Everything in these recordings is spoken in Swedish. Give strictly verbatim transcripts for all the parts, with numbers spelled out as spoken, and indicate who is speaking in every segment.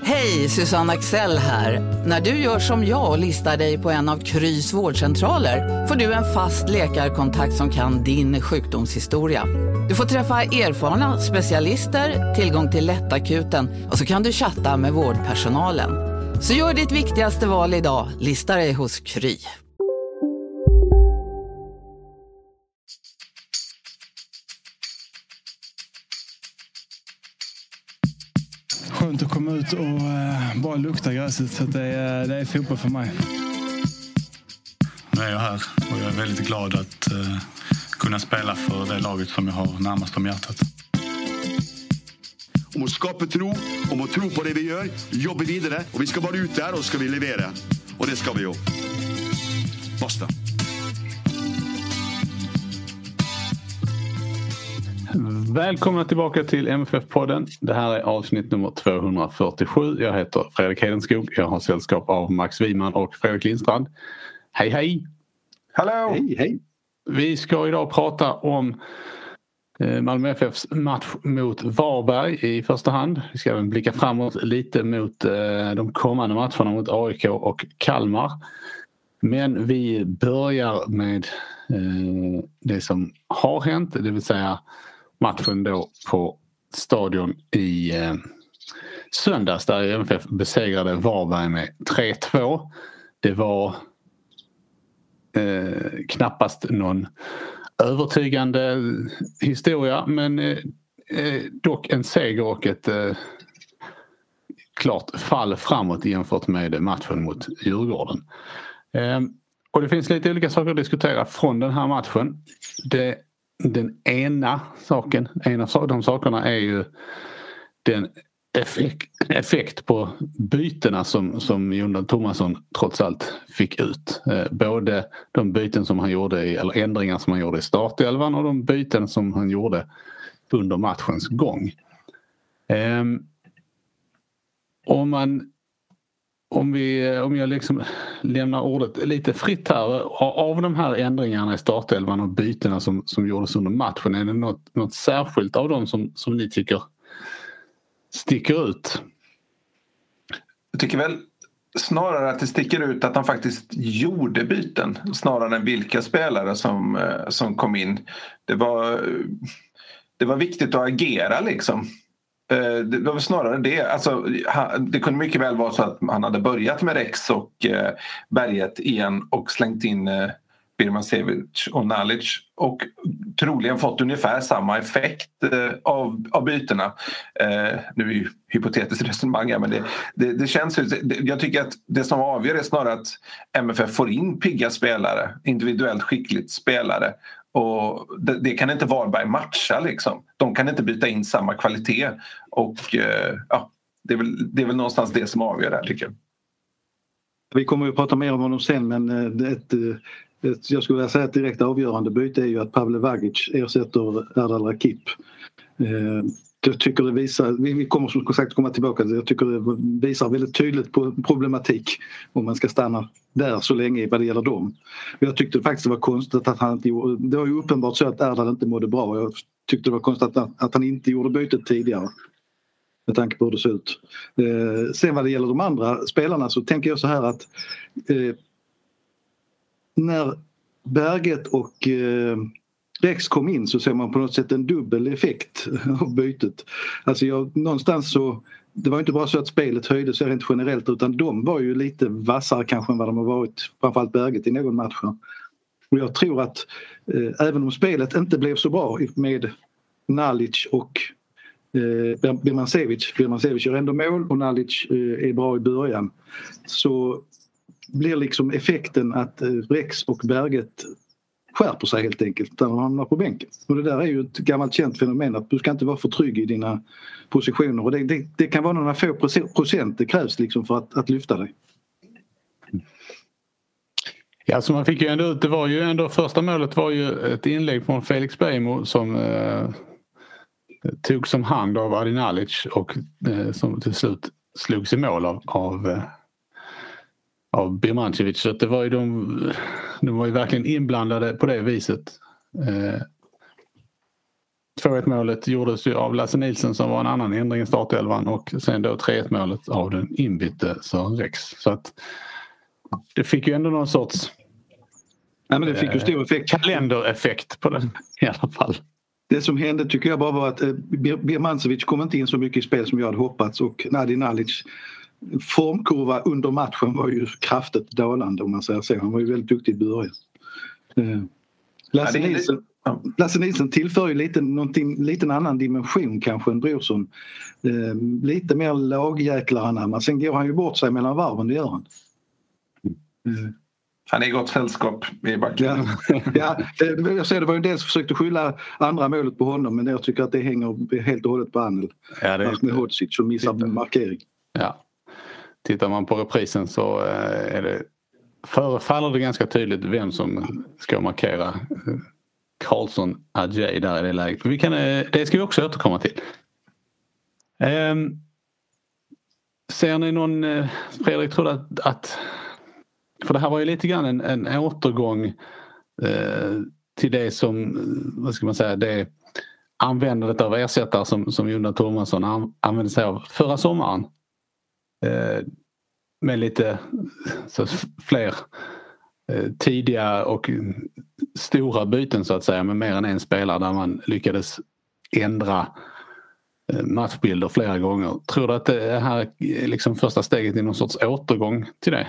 Speaker 1: Hej, Susanne Axel här. När du gör som jag och listar dig på en av Krys vårdcentraler får du en fast läkarkontakt som kan din sjukdomshistoria. Du får träffa erfarna specialister, tillgång till lättakuten och så kan du chatta med vårdpersonalen. Så gör ditt viktigaste val idag, lista dig hos Kry.
Speaker 2: Skönt att komma ut och uh, bara lukta gräset, så att det, är, det är fotboll för mig.
Speaker 3: Nu är jag här och jag är väldigt glad att uh, kunna spela för det laget som jag har närmast om hjärtat.
Speaker 4: Om att skapa tro, om att tro på det vi gör, jobba vidare, och vi ska bara ut där och ska vi leverera. Och det ska vi ju. Basta.
Speaker 5: Välkomna tillbaka till M F F-podden. Det här är avsnitt nummer tvåhundrafyrtiosju. Jag heter Fredrik Hedenskog. Jag har sällskap av Max Wiman och Fredrik Lindstrand. Hej hej!
Speaker 6: Hallå!
Speaker 5: Hej hej! Vi ska idag prata om Malmö F F:s match mot Varberg i första hand. Vi ska även blicka framåt lite mot de kommande matcherna mot A I K och Kalmar. Men vi börjar med det som har hänt, det vill säga matchen då på stadion i eh, söndags där M F F besegrade Varberg med tre två. Det var eh, knappast någon övertygande historia, men eh, dock en seger och ett eh, klart fall framåt jämfört med matchen mot Djurgården. Eh, och det finns lite olika saker att diskutera från den här matchen. Det Den ena saken, en av de sakerna är ju den effekt, effekt på bytena som, som Jonathan Thomasson trots allt fick ut. Eh, både de byten som han gjorde i, eller ändringar som han gjorde i startelvan och de byten som han gjorde under matchens gång. Eh, om man Om, vi, om jag liksom lämnar ordet lite fritt här, av de här ändringarna i startelvan och bytena som, som gjordes under matchen, är det något, något särskilt av dem som, som ni tycker sticker ut?
Speaker 6: Jag tycker väl snarare att det sticker ut att han faktiskt gjorde byten snarare än vilka spelare som, som kom in. Det var, det var viktigt att agera liksom. Det var snarare det. Alltså, det kunde mycket väl vara så att han hade börjat med Rex och Berget igen och slängt in Birmancevic och Nalic och troligen fått ungefär samma effekt av, av bytena. Nu är ju hypotetiskt resonemang här, men det, det, det känns ju, jag tycker att det som avgör är snarare att M F F får in pigga spelare, individuellt skickligt spelare. Och det, det kan inte Varberg matcha liksom. De kan inte byta in samma kvalitet. Och eh, ja, det är, väl, det är väl någonstans det som avgör det här, tycker jag.
Speaker 7: Vi kommer ju att prata mer om honom sen, men ett, ett, jag skulle vilja säga att direkt avgörande byte är ju att Pavle Vagic ersätter Erdal Rakip. Eh, jag tycker det visar, vi kommer som sagt komma tillbaka, jag tycker det visar väldigt tydligt på problematik om man ska stanna där så länge vad det gäller dem. Jag tyckte faktiskt det var konstigt att han inte gjorde, det var ju uppenbart så att Erdal inte mådde bra. Jag tyckte det var konstigt att, att han inte gjorde bytet tidigare med tanke på hur det ser ut. Eh, sen vad det gäller de andra spelarna så tänker jag så här att eh, när Berget och eh, Rex kom in så ser man på något sätt en dubbel effekt av bytet. Alltså jag, någonstans så, det var inte bara så att spelet höjdes rent generellt, utan de var ju lite vassare kanske än vad de har varit, framförallt Berget i någon match. Och jag tror att eh, även om spelet inte blev så bra med Nalic och eh, Birmancevic, Birmancevic gör ändå mål och Nalic eh, är bra i början, så blir liksom effekten att eh, Rex och Berget skärper sig helt enkelt när de hamnar på bänken. Och det där är ju ett gammalt känt fenomen att du ska inte vara för trygg i dina positioner. Och det, det, det kan vara några få procent det krävs liksom för att, att lyfta dig.
Speaker 5: Ja, så man fick ju ändå ut, det var ju ändå, första målet var ju ett inlägg från Felix Beijmo som eh, tog som hand av Erdal Nalic och eh, som till slut slogs i mål av, av eh, av Birmancevic, så att det var ju de, de var ju verkligen inblandade på det viset. Eh, två ett målet gjordes ju av Lasse Nilsson som var en annan ändring i startelvan och sen då tre ett målet av den inbytte Sören Rex. Så att det fick ju ändå någon sorts
Speaker 7: ja, men det fick ju stor effekt.
Speaker 5: kalendereffekt på den i alla fall.
Speaker 7: Det som hände tycker jag bara var att eh, Birmancevic kom inte in så mycket i spel som jag hade hoppats och Nadi Nalic formkurva under matchen var ju kraftigt dalande om man säger så. Han var ju väldigt duktig i början. Eh, Lasse, ja, Nilsson, ja. Lasse Nilsson tillför ju lite någonting, lite en annan dimension kanske än Brorsson. Eh, lite mer lagjäklar men sen går han ju bort sig mellan varven, det gör han.
Speaker 6: Eh. Han är i gott sällskap i backen.
Speaker 7: Ja, ja, jag säger det var ju en del som försökte skylla andra målet på honom men jag tycker att det hänger helt och hållet på Anel.
Speaker 5: Ja, det är
Speaker 7: med Hodzic som missar titta. markering.
Speaker 5: Ja. Tittar man på reprisen så är det, förefaller det ganska tydligt vem som ska markera Karlsson Adjei där i det läget. Vi kan, det ska vi också återkomma till. Um, ser ni någon, Fredrik, tror att, att för det här var ju lite grann en, en återgång eh, till det som, vad ska man säga, det användandet av ersättare som, som Jonas Thomasson an, använde sig av förra sommaren. Eh, med lite så, fler eh, tidiga och stora byten så att säga med mer än en spelare där man lyckades ändra eh, matchbilder flera gånger. Tror du att det här är liksom första steget i någon sorts återgång till det?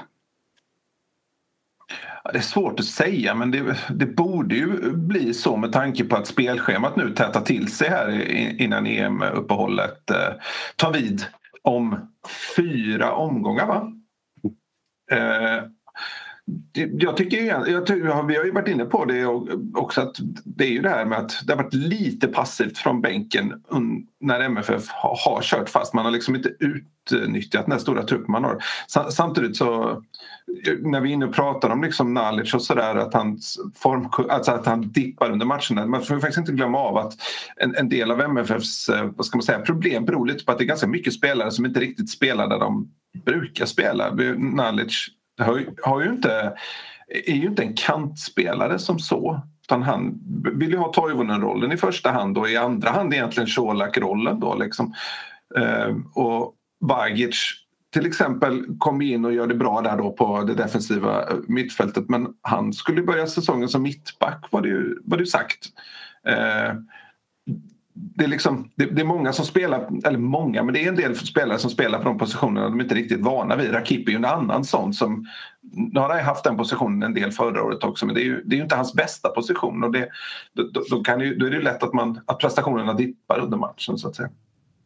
Speaker 6: Det är svårt att säga men det, det borde ju bli så med tanke på att spelschemat nu tätar till sig här innan E M-uppehållet eh, tar vid om fyra omgångar va? Eh, jag tycker ju, jag tycker, vi har ju varit inne på det också att det är ju det här med att det har varit lite passivt från bänken när M F F har, har kört fast. Man har liksom inte utnyttjat den här stora truppen man har. Samtidigt så när vi är inne och pratar om liksom Nalic och sådär att han, form, alltså att han dippar under matcherna. Man får faktiskt inte glömma av att en, en del av M F Fs vad ska man säga, problem beror lite på att det är ganska mycket spelare som inte riktigt spelar där de brukar spela. Nalic har, har ju inte, är ju inte en kantspelare som så. Utan han vill ju ha Toivonen-rollen i första hand och i andra hand egentligen Colak-rollen då liksom. Uh, och Vagic till exempel kom in och gör det bra där då på det defensiva mittfältet men han skulle börja säsongen som mittback var det ju, var det ju sagt. Uh, det är liksom det, det är många som spelar eller många men det är en del spelare som spelar på de positionerna de är inte riktigt vana vid. Rakip är ju en annan sån som nu har han haft den positionen en del förra året också men det är ju, det är ju inte hans bästa position och det, då, då, kan ju, då är det ju lätt att, man, att prestationerna dippar under matchen så att säga.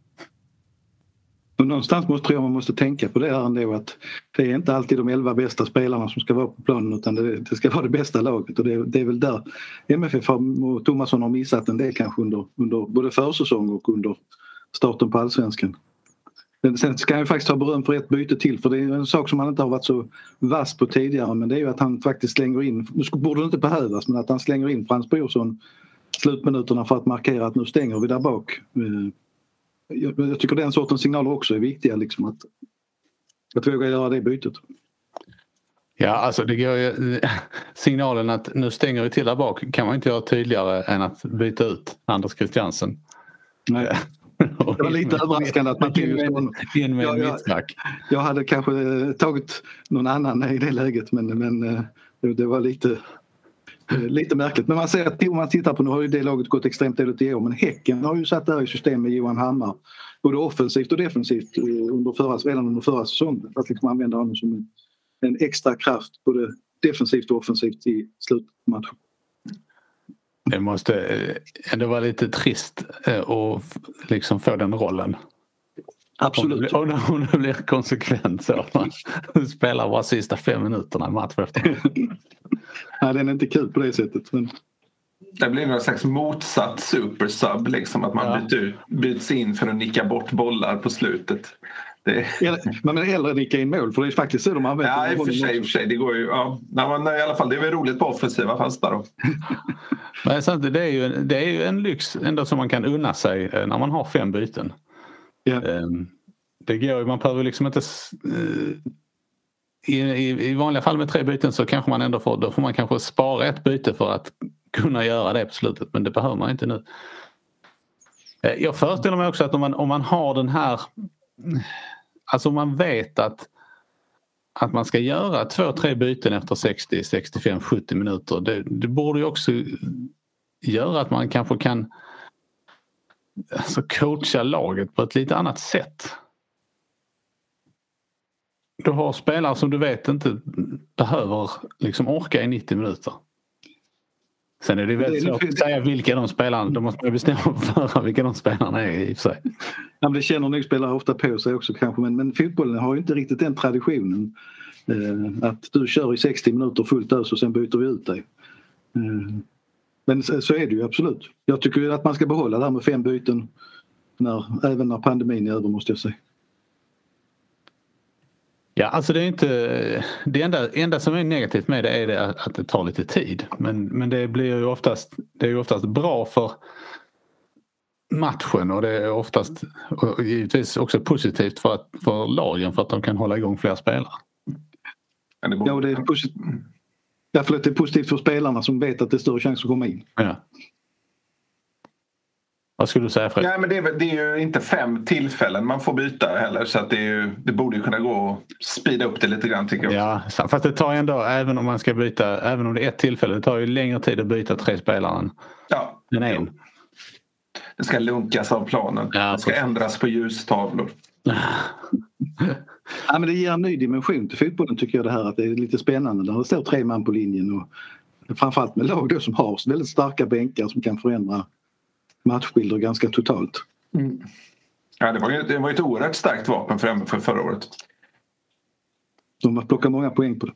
Speaker 7: Och någonstans måste tror jag man måste tänka på det här ändå att det är inte alltid de elva bästa spelarna som ska vara på planen utan det, det ska vara det bästa laget och det, det är väl där M F F och Thomasson har missat en del kanske under, under både försäsong och under starten på Allsvenskan. Men sen ska jag faktiskt ha beröm för ett byte till för det är en sak som han inte har varit så vass på tidigare men det är ju att han faktiskt slänger in, nu borde det inte behövas men att han slänger in Frans Brorsson slutminuterna för att markera att nu stänger vi där bak. Jag, jag tycker den sortens signaler också är viktiga liksom att, att våga göra det bytet.
Speaker 5: Ja, alltså det går ju, signalen att nu stänger vi till där bak kan man inte göra tydligare än att byta ut Anders Christiansen.
Speaker 7: Nej. Det var lite överraskande att man tog just honom.
Speaker 5: In med en
Speaker 7: jag, jag, jag hade kanske tagit någon annan i det läget men, men det, det var lite lite märkligt. Men man ser att om man tittar på nu har ju det laget gått extremt dåligt i år men Häcken har ju satt där i system med Johan Hammar både offensivt och defensivt under förra, redan under förra säsongen att liksom använda honom som en, en extra kraft både defensivt och offensivt i slutmatchen.
Speaker 5: Det måste ändå vara lite trist att liksom få den rollen.
Speaker 7: Absolut.
Speaker 5: Om det, om det blir konsekvent så att man spelar bara sista fem minuterna match efter.
Speaker 7: Nej, den är inte kul på det sättet. Men...
Speaker 6: Det blir någon slags motsatt supersub liksom att man ja. byter ut, byts in för att nicka bort bollar på slutet. Det...
Speaker 7: Men hellre nicka in mål för det är faktiskt så de använder.
Speaker 6: Ja, i och för sig, i och för sig. Det går ju, ja. Nej, i alla fall, det är väl roligt på offensiva fast där då.
Speaker 5: Men samtidigt, det är ju en, det är ju en lyx ändå som man kan unna sig när man har fem byten.
Speaker 7: Yeah.
Speaker 5: Det går ju, man behöver liksom inte i, i, i vanliga fall med tre byten så kanske man ändå får, då får man kanske spara ett byte för att kunna göra det på slutet men det behöver man inte nu. Jag föreställer mig också att om man, om man har den här, alltså om man vet att att man ska göra två, tre byten efter sextio, sextiofem, sjuttio minuter, det, det borde ju också göra att man kanske kan alltså coacha laget på ett lite annat sätt. Du har spelare som du vet inte behöver liksom orka i nittio minuter. Sen är det väldigt svårt att säga vilka de spelarna, de måste bestämma för vilka de spelarna är i och för sig.
Speaker 7: Ja, men det känner nog spelare ofta på sig också kanske, men, men fotbollen har ju inte riktigt den traditionen eh, att du kör i sextio minuter fullt ös och sen byter vi ut dig. Eh, men så, så är det ju absolut. Jag tycker ju att man ska behålla det här med fem byten när, även när pandemin är över, måste jag säga.
Speaker 5: Ja, alltså det är inte det enda, enda som är negativt med det är det att det tar lite tid. Men, men det blir ju oftast, det är ju oftast bra för matchen och det är oftast och givetvis också positivt för, att, för lagen för att de kan hålla igång fler spelare.
Speaker 7: Ja, och det är positivt. Därför att det är positivt för spelarna som vet att det är större chans att komma in.
Speaker 5: Ja. Vad skulle du säga, Fred?
Speaker 6: Nej, men det är, det är ju inte fem tillfällen man får byta heller, så att det, är ju, det borde ju kunna gå att speeda upp det lite grann, tycker jag.
Speaker 5: Ja, fast det tar ju ändå, även om man ska byta, även om det är ett tillfälle, det tar ju längre tid att byta tre spelare
Speaker 6: ja.
Speaker 5: än en.
Speaker 6: Det ska lunkas av planen. Ja, det ska ändras på ljustavlor.
Speaker 7: Ja, men det ger en ny dimension till fotbollen, tycker jag, det här att det är lite spännande. Det står tre man på linjen och framförallt med lag då som har väldigt starka bänkar som kan förändra matchbilder ganska totalt.
Speaker 6: Mm. Ja, det var ju det var ett oerhört starkt vapen för, för förra året.
Speaker 7: De har plockat många poäng på det.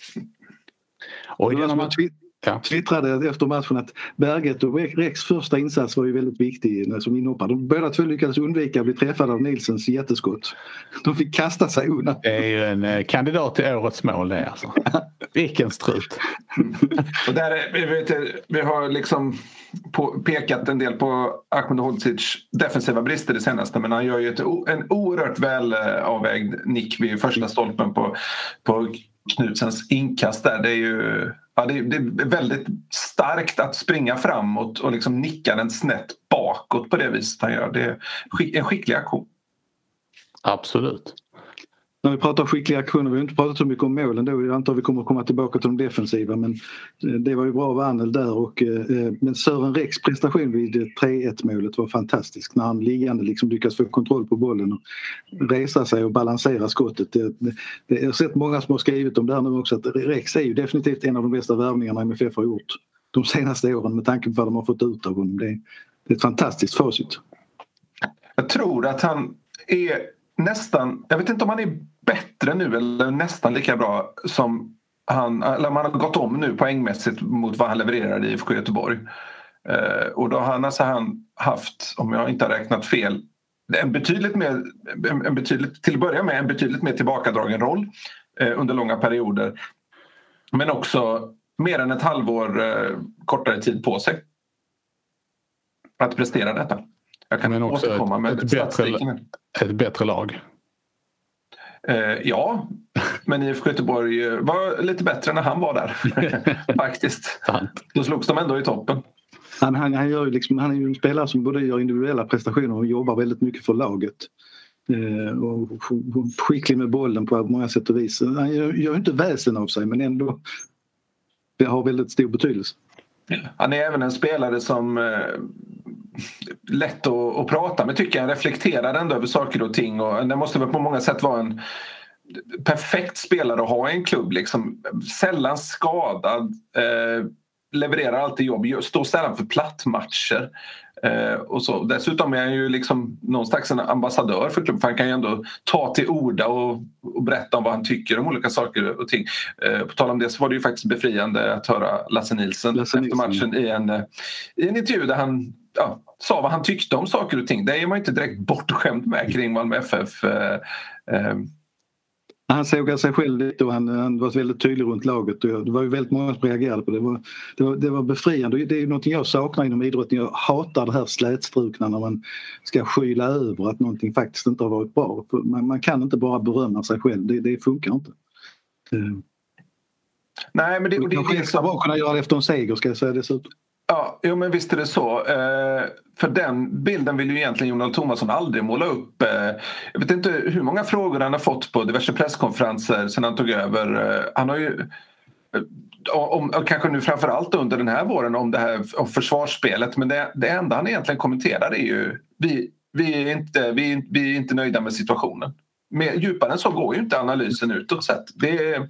Speaker 5: Och genom att
Speaker 7: ja. twittrade efter matchen att Berget och Rex första insats var ju väldigt viktig som inhoppare. De båda två lyckades undvika att bli träffade av Nilsens jätteskott. De fick kasta sig undan.
Speaker 5: Det är ju en eh, kandidat till årets mål det, alltså. Vilken strut.
Speaker 6: Och där är, vi, vet, vi har liksom på, pekat en del på Ahmedhodzic defensiva brister det senaste, men han gör ju ett, en oerhört väl avvägd nick vid första stolpen på, på Knutsens inkast där. Det är ju ja, det, det är väldigt starkt att springa framåt och liksom nicka den snett bakåt på det viset han gör. Det är en skicklig aktion.
Speaker 5: Absolut.
Speaker 7: När vi pratar om skickliga aktioner, vi har inte pratat så mycket om målen då. Jag antar att vi kommer att komma tillbaka till de defensiva, men det var ju bra av Arnel där. Och, eh, men Sören Rex prestation vid tre ett målet var fantastisk. När han liggande liksom lyckas få kontroll på bollen och resa sig och balansera skottet. Det, det, det, jag har sett många som har skrivit om det här nu också, att Rex är ju definitivt en av de bästa värvningarna M F F har gjort de senaste åren med tanke på vad de har fått ut av honom. Det, det är ett fantastiskt facit.
Speaker 6: Jag tror att han är nästan, jag vet inte om han är bättre nu eller nästan lika bra som han, eller man har gått om nu poängmässigt mot vad han levererade i I F K Göteborg. Eh, och då har han, alltså han haft, om jag inte har räknat fel, en betydligt mer, en betydligt, till att börja med en betydligt mer tillbakadragen roll eh, under långa perioder. Men också mer än ett halvår eh, kortare tid på sig att prestera detta. Jag kan
Speaker 5: men också
Speaker 6: återkomma med
Speaker 5: ett bättre, ett bättre lag.
Speaker 6: Eh, ja, men I F K Göteborg var lite bättre när han var där. Faktiskt. Då slogs de ändå i toppen.
Speaker 7: Han, han, han, gör ju liksom, han är ju en spelare som både gör individuella prestationer och jobbar väldigt mycket för laget. Eh, och, och skicklig med bollen på många sätt och vis. Han gör, gör inte väsen av sig, men ändå det har väldigt stor betydelse.
Speaker 6: Han är även en spelare som eh, lätt att, att prata med, tycker jag. Reflekterar ändå över saker och ting, och det måste väl på många sätt vara en perfekt spelare att ha i en klubb. Liksom, sällan skadad, eh, levererar alltid jobb, står sällan för plattmatcher. Eh, och så. Dessutom är han ju liksom någon slags en ambassadör för klubben, för han kan ju ändå ta till orda och, och berätta om vad han tycker om olika saker och ting. Eh, på tal om det så var det ju faktiskt befriande att höra Lasse Nilsson Lasse efter matchen i en, i en intervju där han ja, sa vad han tyckte om saker och ting. Det är man inte direkt bortskämd med kring Malmö F F. Eh, eh.
Speaker 7: Han såg sig själv lite och han, han var väldigt tydlig runt laget. Och det var ju väldigt många som reagerade på det. Det var, det var, det var befriande. Det är något jag saknar inom idrotten. Jag hatar det här slätstrukna när man ska skyla över att någonting faktiskt inte har varit bra. Man, man kan inte bara berömma sig själv. Det, det funkar inte.
Speaker 6: Nej, men det, det, det, det är så
Speaker 7: bra att kunna göra det efter en seger, ska jag säga dessutom.
Speaker 6: Ja, jo, men visst är det så. Eh, för den bilden vill ju egentligen Jon Dahl Tomasson aldrig måla upp. Eh, jag vet inte hur många frågor han har fått på diverse presskonferenser sedan han tog över. Eh, han har ju, eh, om, kanske nu framförallt under den här våren, om det här om försvarsspelet. Men det, det enda han egentligen kommenterar är ju vi, vi, är inte, vi, vi är inte nöjda med situationen. Mer djupare än så går ju inte analysen utåt sett. Det är...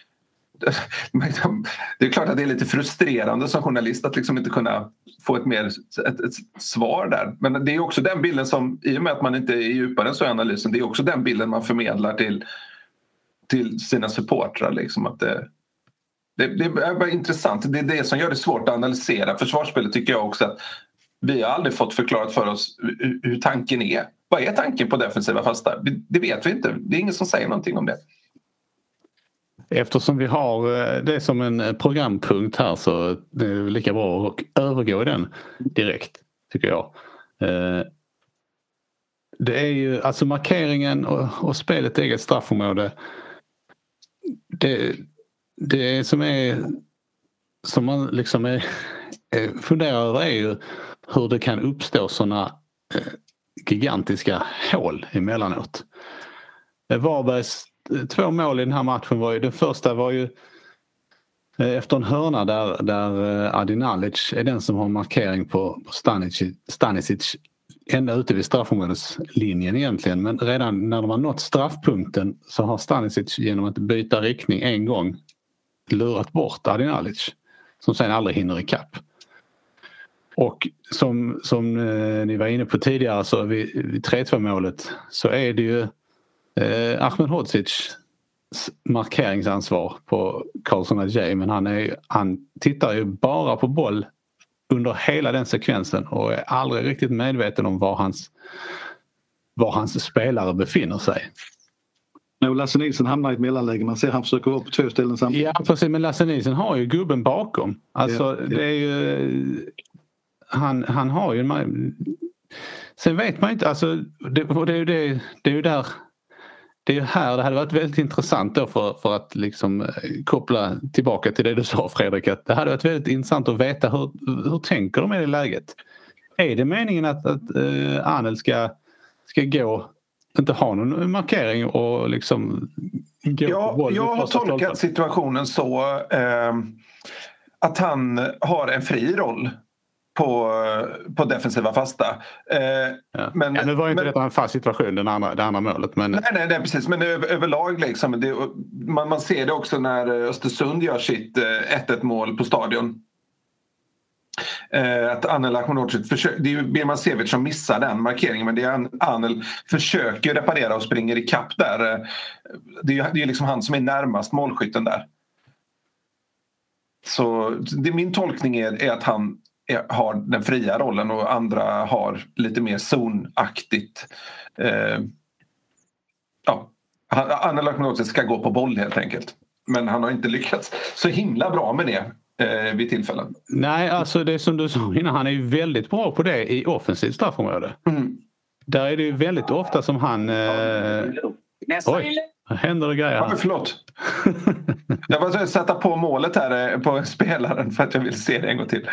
Speaker 6: Det är klart att det är lite frustrerande som journalist att liksom inte kunna få ett mer ett, ett svar där. Men det är också den bilden som, i och med att man inte är djupare än så i analysen, det är också den bilden man förmedlar till, till sina supportrar. Liksom, att det, det, det är bara intressant. Det är det som gör det svårt att analysera försvarsspelet, tycker jag också. Att vi har aldrig fått förklarat för oss hur, hur tanken är. Vad är tanken på defensiva fasta? Det vet vi inte. Det är ingen som säger någonting om det.
Speaker 5: Eftersom vi har det som en programpunkt här så det är lika bra att övergå i den direkt, tycker jag. Det är ju alltså markeringen och, och spelet eget straffområde. Det, det som är som man liksom är, funderar över är ju hur det kan uppstå sådana gigantiska hål emellanåt. Varbergs två mål i den här matchen var ju, den första var ju efter en hörna där, där Adi Nalic är den som har markering på, på Stanisic, Stanisic ända ute vid straffområdeslinjen egentligen, men redan när de har nått straffpunkten så har Stanisic genom att byta riktning en gång lurat bort Adi Nalic som sen aldrig hinner i kapp. Och som, som eh, ni var inne på tidigare så vid, vid tre två målet så är det ju Eh, Ahmed Hodzic markeringsansvar på Carlson Adjei, men han, är, han tittar ju bara på boll under hela den sekvensen och är aldrig riktigt medveten om var hans, var hans spelare befinner sig.
Speaker 7: No, Lasse Nilsson hamnar i ett mellanläge. Man ser han försöker vara på två ställen samtidigt.
Speaker 5: Ja, precis, men Lasse Nilsson har ju gubben bakom. Alltså, ja, ja. Det är ju... Han, han har ju... Sen vet man inte, alltså... Det, det, är ju det, det är ju där... Det är ju här det hade varit väldigt intressant då för, för att liksom koppla tillbaka till det du sa, Fredrik, att det hade varit väldigt intressant att veta hur, hur tänker de i det läget. Är det meningen att, att uh, Arnel ska, ska gå, inte ha någon markering och liksom gå
Speaker 6: ja,
Speaker 5: på boll?
Speaker 6: Jag har tolkat stolpen. Situationen så eh, att han har en fri roll på, på defensiva fasta. Eh,
Speaker 5: ja.
Speaker 6: Men,
Speaker 5: ja, nu var ju inte
Speaker 6: men,
Speaker 5: detta en fast situation, den andra, det andra målet. Men...
Speaker 6: Nej, nej, nej, precis. Men över, överlag liksom, det, man, man ser det också när Östersund gör sitt eh, ett ett mål på stadion. Eh, att Anel Ahmedhodzic försöker, det är ju Birman Sevic som missar den markeringen, men det är Anel försöker reparera och springer i kapp där. Eh, det är ju liksom han som är närmast målskytten där. Så det, min tolkning är, är att han har den fria rollen och andra har lite mer zonaktigt. Eh, ja, Anel Ahmedhodzic ska gå på boll helt enkelt. Men han har inte lyckats så himla bra med det eh, vid tillfällen.
Speaker 5: Nej, alltså det som du sa innan, han är ju väldigt bra på det i offensivt straffområde. Mm. Där är det ju väldigt ofta som han... Eh... Oj, händer det grejer här.
Speaker 6: Ja, förlåt. Jag var tvungen att sätta på målet här på spelaren för att jag vill se det en gång till.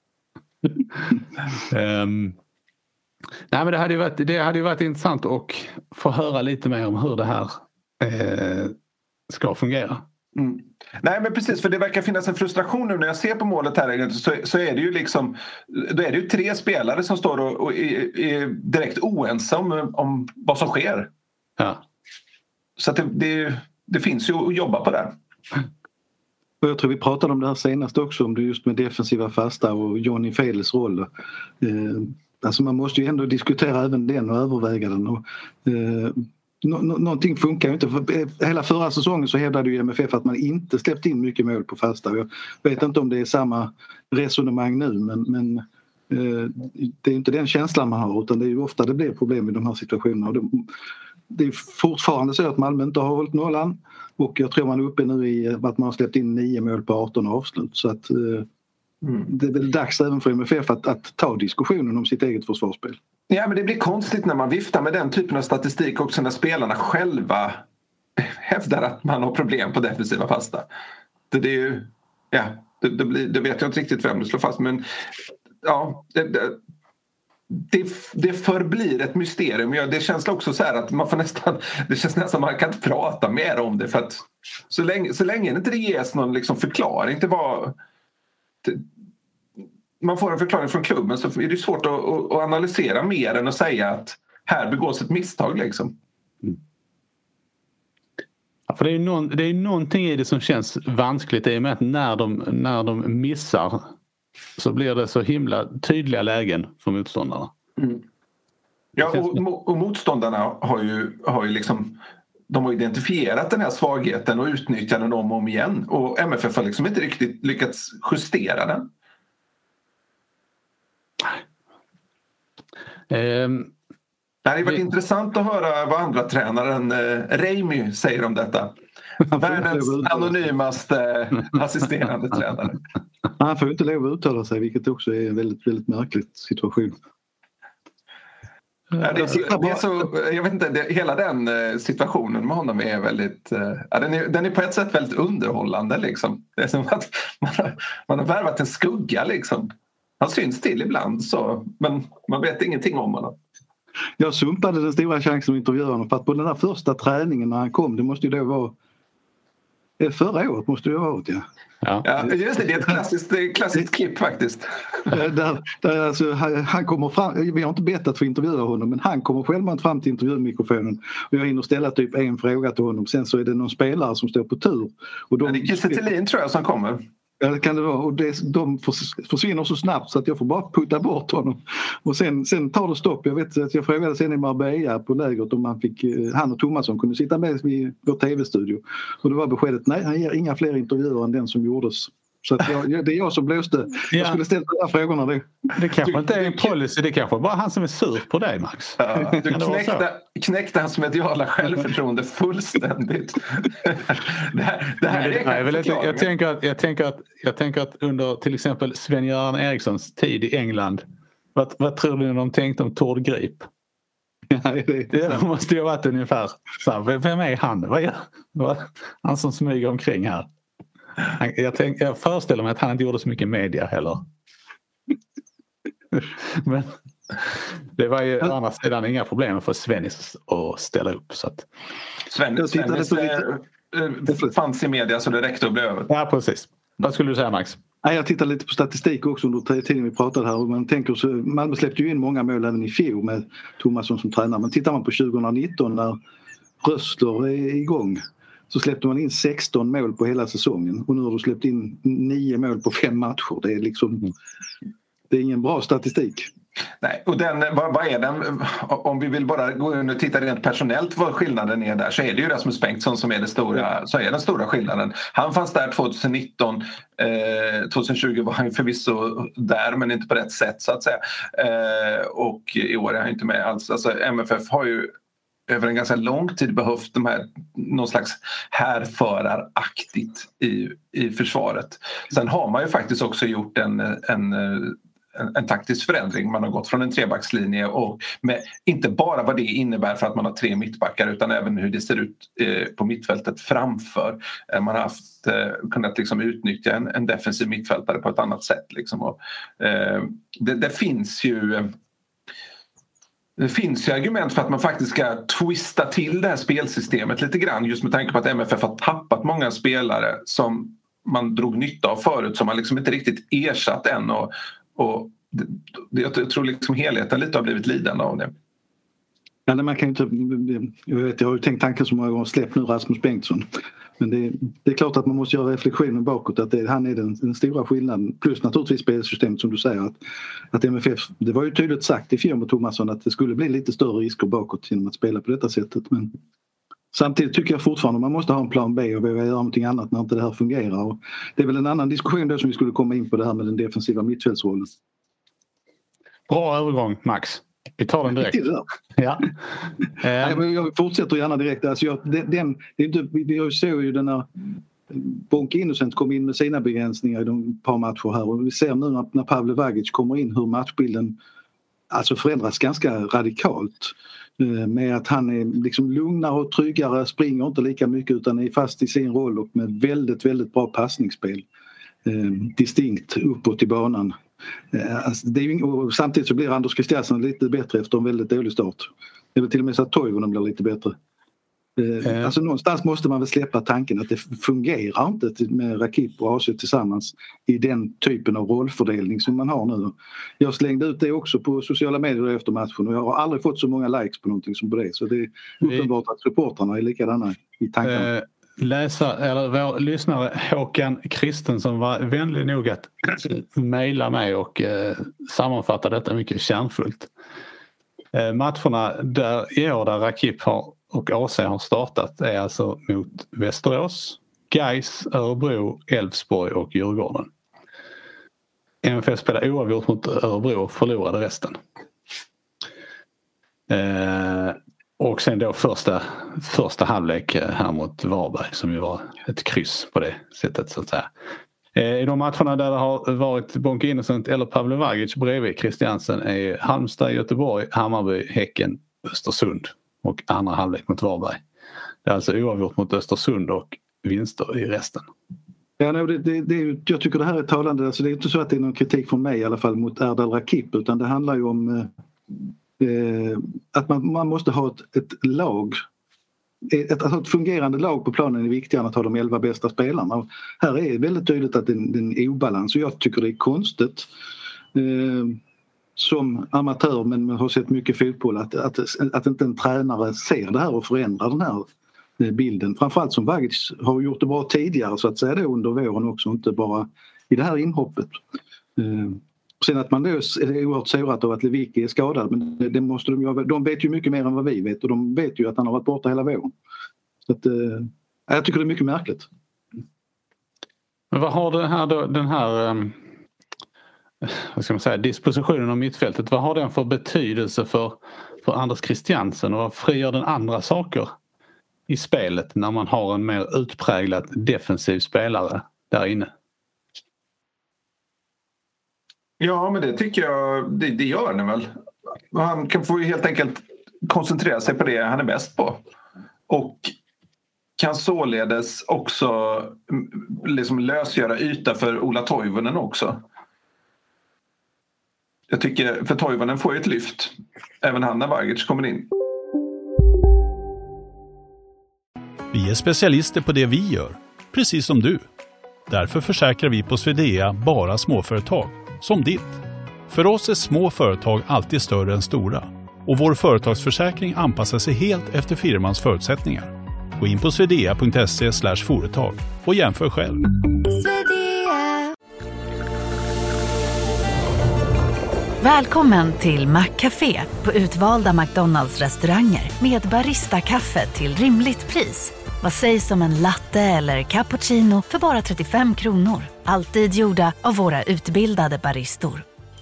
Speaker 5: um, nej men det hade ju varit, det hade ju varit intressant att få höra lite mer om hur det här eh, ska fungera.
Speaker 6: Mm. Nej men precis, för det verkar finnas en frustration nu när jag ser på målet här så, så är det ju liksom då är det ju tre spelare som står och, och är, är direkt oense om, om vad som sker.
Speaker 5: Ja.
Speaker 7: Så att det, det, det finns ju att jobba på det. Och jag tror vi pratade om det här senast också, om det just med defensiva fasta och Johnny Fedels roll. Eh, alltså man måste ju ändå diskutera även den och överväga den. Och, eh, nå, nå, någonting funkar ju inte. För hela förra säsongen så hävdade ju M F F att man inte släppt in mycket mål på fasta. Jag vet inte om det är samma resonemang nu, men, men eh, det är inte den känslan man har, utan det är ju ofta det blir problem i de här situationerna. Och det, det är fortfarande så att Malmö inte har hållit nollan. Och jag tror man är uppe nu i att man har släppt in nio mål på arton avslut. Så att eh, mm. det är väl dags även för M F F att, att ta diskussionen om sitt eget försvarsspel.
Speaker 6: Ja, men det blir konstigt när man viftar med den typen av statistik också när spelarna själva hävdar att man har problem på defensiva fasta. Det är ju, ja, Det, det, blir, det vet jag inte riktigt vem du slår fast, men ja, det, det, det, det förblir ett mysterium. Ja, det känns också så här att man får nästan, det känns nästan man kan inte prata mer om det, för att så länge, så länge det inte ges någon liksom förklaring till vad till, man får en förklaring från klubben, så är det svårt att, att, att analysera mer än att säga att här begås ett misstag liksom.
Speaker 5: Mm. Ja, för det är ju någon, det är någonting i det som känns vanskligt, i och med att när de, när de missar så blir det så himla tydliga lägen för motståndarna. Mm.
Speaker 6: Ja, och, och motståndarna har ju, har ju liksom, de har identifierat den här svagheten och utnyttjat den om och om igen, och M F F har liksom inte riktigt lyckats justera den.
Speaker 5: Um,
Speaker 6: det hade varit vi... intressant att höra vad andra tränaren eh, Reimi säger om detta. Världens anonymaste assisterande tränare.
Speaker 7: Han får ju inte lov att uttala sig, vilket också är en väldigt, väldigt märklig situation.
Speaker 6: Ja, det är så, det är så, jag vet inte, det, hela den situationen med honom är väldigt, ja, den, är, den är på ett sätt väldigt underhållande liksom. Det är som att man har, man har värvat en skugga liksom. Han syns till ibland så, men man vet ingenting om honom.
Speaker 7: Jag sumpade den stora chansen att intervjua honom, för att på den där första träningen när han kom, det måste ju då vara förra året måste det vara, ja.
Speaker 6: Ja. Ja, just det, det är ett klassiskt, det är ett klassiskt klipp faktiskt.
Speaker 7: Där, där alltså, han kommer fram, vi har inte bett att få intervjua honom, men han kommer självmant fram till intervjumikrofonen och jag hinner ställa typ en fråga till honom. Sen så är det någon spelare som står på tur. Och de,
Speaker 6: ja, det är Kiese Thelin tror jag som kommer.
Speaker 7: Ja, det kan det vara. Och det, de försvinner så snabbt så att jag får bara putta bort honom. Och sen, sen tar det stopp. Jag vet att jag frågade sen i Marbella på lägret om han, fick, han och Thomasson kunde sitta med i vår tv-studio. Och det var beskedet, nej, han ger inga fler intervjuer än den som gjordes. Så att jag, det är jag som blåste. Ja. Jag skulle ställa de här frågorna. Det,
Speaker 5: det kanske inte är en policy, det kanske bara han som är sur på dig, Max.
Speaker 6: Ja, du knäckte, knäckte hans mediala självförtroende fullständigt. det här, det här
Speaker 5: det,
Speaker 6: är
Speaker 5: nej, väl, jag, jag, tänker att, jag, tänker att, jag tänker att under till exempel Sven-Göran Erikssons tid i England, vad, vad tror du de tänkte om Tord Grip?
Speaker 7: Ja, det,
Speaker 5: det måste ju ha varit ungefär så här, vem är han? Vad är vad, han som smyger omkring här? Jag, tänk, jag föreställer mig att han inte gjorde så mycket media heller. Men det var ju å andra sidan inga problem för Svennis att ställa upp. Så att...
Speaker 6: Svennis, Svennis äh, fanns i media så det räckte att bli över.
Speaker 5: Ja, precis. Vad skulle du säga, Max?
Speaker 7: Jag tittar lite på statistik också under tiden vi pratade här. Och man tänker så, Malmö släppte ju in många mål även i fjol med Thomasson som tränare. Men tittar man på tjugonitton när Rössler är igång, så släppte man in sexton mål på hela säsongen. Och nu har du släppt in nio mål på fem matcher. Det är liksom, det är ingen bra statistik.
Speaker 6: Nej, och den, vad, vad är den? Om vi vill bara gå in och titta rent personellt vad skillnaden är där, så är det ju Rasmus Bengtsson som är, det stora, så är den stora skillnaden. Han fanns där tjugonitton, eh, tjugotjugo var han förvisso där men inte på rätt sätt så att säga. Eh, och i år är han inte med alls. Alltså, M F F har ju över en ganska lång tid behövt de här, någon slags härföraraktigt i, i försvaret. Sen har man ju faktiskt också gjort en, en, en, en taktisk förändring. Man har gått från en trebackslinje och med inte bara vad det innebär för att man har tre mittbackar utan även hur det ser ut eh, på mittfältet framför. Eh, man har haft, eh, kunnat liksom utnyttja en, en defensiv mittfältare på ett annat sätt. Liksom. Och, eh, det, det finns ju... Det finns ju argument för att man faktiskt ska twista till det här spelsystemet lite grann just med tanke på att M F F har tappat många spelare som man drog nytta av förut som man liksom inte riktigt ersatt än och, och det, jag tror liksom helheten lite har blivit lidande av det.
Speaker 7: Ja, man kan ju inte, jag, vet, jag har ju tänkt tanken så många gånger, släpp nu Rasmus Bengtsson. Men det, det är klart att man måste göra reflektionen bakåt att det, han är den, den stora skillnaden. Plus naturligtvis spelsystemet som du säger att, att M F F, det var ju tydligt sagt i fjol med Thomasson att det skulle bli lite större risker bakåt genom att spela på detta sättet. Men samtidigt tycker jag fortfarande att man måste ha en plan B och våga göra någonting annat när inte det här fungerar. Och det är väl en annan diskussion då som vi skulle komma in på det här med den defensiva mittfältsrollen.
Speaker 5: Bra övergång, Max. Vi tar den direkt. Ja.
Speaker 7: Nej, jag fortsätter gärna direkt. Alltså jag, den, det är inte, vi såg ju den här Bonke Innocent kom in med sina begränsningar i de par matcher här och vi ser nu när, när Pavle Vagic kommer in hur matchbilden alltså förändras ganska radikalt med att han är liksom lugnare och tryggare, springer inte lika mycket utan är fast i sin roll och med väldigt, väldigt bra passningsspel. eh, distinkt uppåt i banan. Eh, alltså det är ju, och samtidigt så blir Anders Christiansen lite bättre efter en väldigt dålig start. Det är väl till och med så att Toivonen blir lite bättre. Eh, alltså någonstans måste man väl släppa tanken att det fungerar inte med Rakip och A C tillsammans i den typen av rollfördelning som man har nu. Jag slängde ut det också på sociala medier efter matchen och jag har aldrig fått så många likes på någonting som på det. Så det är uppenbart att supportrarna är likadana i tankarna.
Speaker 5: Eh, läsa, eller vår lyssnare Håkan Kristensson var vänlig nog att mejla mig och eh, sammanfatta detta mycket kärnfullt. Eh, matcherna där i år där Rakip har och A C har startat är alltså mot Västerås, Gais, Örebro, Elfsborg och Djurgården. M F F spelade oavgjort mot Örebro och förlorade resten. Eh, och sen då första, första halvlek här mot Varberg som ju var ett kryss på det sättet så att säga. Eh, I de matcherna där det har varit Bonke Innocent eller Pavle Vagic bredvid Christiansen är Halmstad, Göteborg, Hammarby, Häcken, Östersund. Och andra halvlek mot Varberg. Det är alltså oavgjort mot Östersund och vinster i resten.
Speaker 7: Ja, nej, det, det, det, jag tycker det här är talande. Alltså det är inte så att det är någon kritik från mig i alla fall mot Erdal Rakip utan det handlar ju om eh, att man, man måste ha ett, ett lag. Ett, alltså ett fungerande lag på planen är viktigare än att ha de elva bästa spelarna. Och här är det väldigt tydligt att det är en obalans och jag tycker det är konstigt. Eh, som amatör men har sett mycket fotboll att, att, att inte en tränare ser det här och förändrar den här bilden. Framförallt som Vagic har gjort det bra tidigare så att säga det under våren också, inte bara i det här inhoppet. Sen att man då är oerhört sårat av att Lewicki är skadad men det måste de ju, de vet ju mycket mer än vad vi vet och de vet ju att han har varit borta hela våren. Så att, jag tycker det är mycket märkligt.
Speaker 5: Men vad har det här då, den här vad ska man säga, dispositionen av mittfältet, vad har den för betydelse för, för Anders Christiansen och vad frigör den andra saker i spelet när man har en mer utpräglad defensiv spelare där inne?
Speaker 6: Ja, men det tycker jag det, det gör den väl. Han kan få ju helt enkelt koncentrera sig på det han är bäst på och kan således också liksom lösgöra yta för Ola Toivonen också. Jag tycker, för Toivonen får ju ett lyft. Även han när Vagic kommer in.
Speaker 8: Vi är specialister på det vi gör. Precis som du. Därför försäkrar vi på Swedea bara småföretag. Som ditt. För oss är små företag alltid större än stora. Och vår företagsförsäkring anpassar sig helt efter firmans förutsättningar. Gå in på swedea punkt se slash företag och jämför själv.
Speaker 9: Välkommen till Maccafé på utvalda McDonalds restauranger med barista-kaffe till rimligt pris. Vad sägs om en latte eller cappuccino för bara trettiofem kronor? Alltid gjorda av våra utbildade baristor.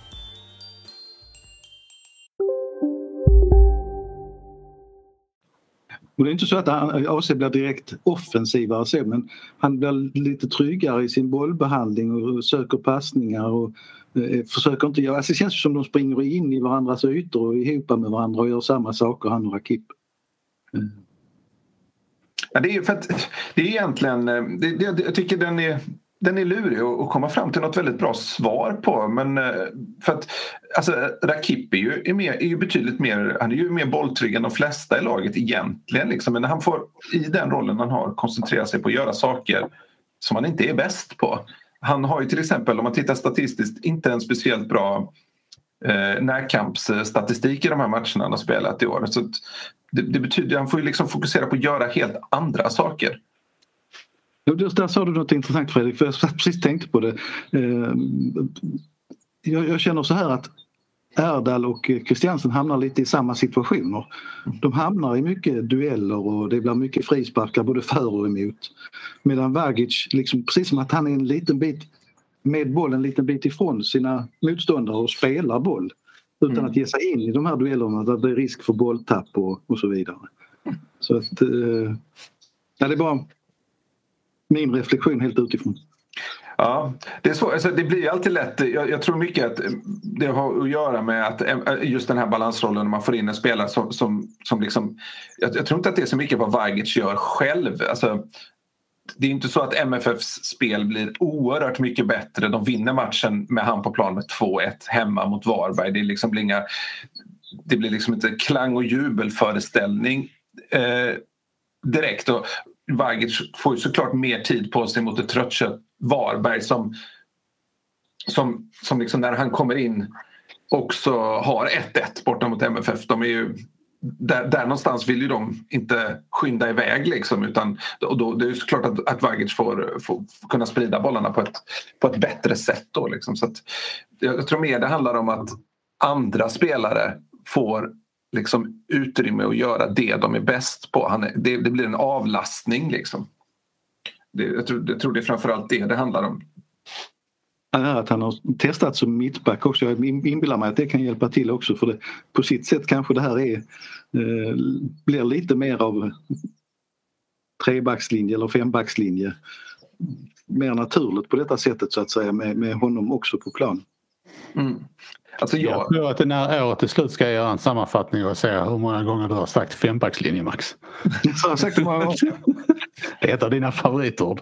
Speaker 7: Och det är inte så att A C blir direkt offensivare så, men han blir lite tryggare i sin bollbehandling och söker passningar och eh, försöker inte göra... Alltså det känns som de springer in i varandras ytor och ihop med varandra och gör samma saker, han och Rakip. Mm.
Speaker 6: Ja, det är för att det är egentligen... Det, det, jag tycker den är... Den är lurig att komma fram till något väldigt bra svar på. Men för att alltså, Rakip är ju, är, mer, är ju betydligt mer, han är ju mer bolltrygg än de flesta i laget egentligen. Liksom. Men han får i den rollen han har koncentrera sig på att göra saker som han inte är bäst på. Han har ju till exempel, om man tittar statistiskt, inte en speciellt bra eh, närkampsstatistik i de här matcherna han har spelat i år. Så det, det betyder att han får ju liksom fokusera på att göra helt andra saker.
Speaker 7: Där sa du något intressant, Fredrik, för jag precis tänkte på det. Jag, jag känner så här att Erdal och Christiansen hamnar lite i samma situationer. De hamnar i mycket dueller och det blir mycket frisparkar både för och emot. Medan Vagic, liksom, precis som att han är en liten bit med bollen en liten bit ifrån sina motståndare och spelar boll utan mm. att ge sig in i de här duellerna där det är risk för bolltapp och, och så vidare. Så att ja, det är bara min reflektion helt utifrån.
Speaker 6: Ja, det är svårt. Alltså, det blir alltid lätt. Jag, jag tror mycket att det har att göra med att just den här balansrollen när man får in en spelare som, som, som liksom... Jag, jag tror inte att det är så mycket vad Vagic gör själv. Alltså, det är inte så att M F F:s spel blir oerhört mycket bättre. De vinner matchen med han på plan med två ett hemma mot Varberg. Det, är liksom blir, inga, det blir liksom inte klang och jubelföreställning eh, direkt. Och Vagic får ju såklart mer tid på sig mot ett tröttkött Varberg som, som, som liksom när han kommer in också har ett ett borta mot M F F. De är ju Där, där någonstans vill ju de inte skynda iväg liksom, utan och då, det är ju såklart att, att Vagic får, får kunna sprida bollarna på ett, på ett bättre sätt då liksom. Så att, jag tror mer det handlar om att andra spelare får liksom utrymme att göra det de är bäst på. Han är, det, det blir en avlastning liksom. Det, jag, tror, jag tror det är framförallt det det handlar om.
Speaker 7: Att han har testat som mittback också. Jag inbillar mig att det kan hjälpa till också, för det, på sitt sätt kanske det här är eh, blir lite mer av trebackslinje eller fembackslinje, mer naturligt på detta sättet så att säga, med, med honom också på plan.
Speaker 6: Mm. Alltså jag...
Speaker 5: jag tror att när året till slut ska jag göra en sammanfattning och säga hur många gånger du har sagt fembackslinje, Max.
Speaker 7: Så har jag sagt det många gånger.
Speaker 5: Det är ett av dina favoritord.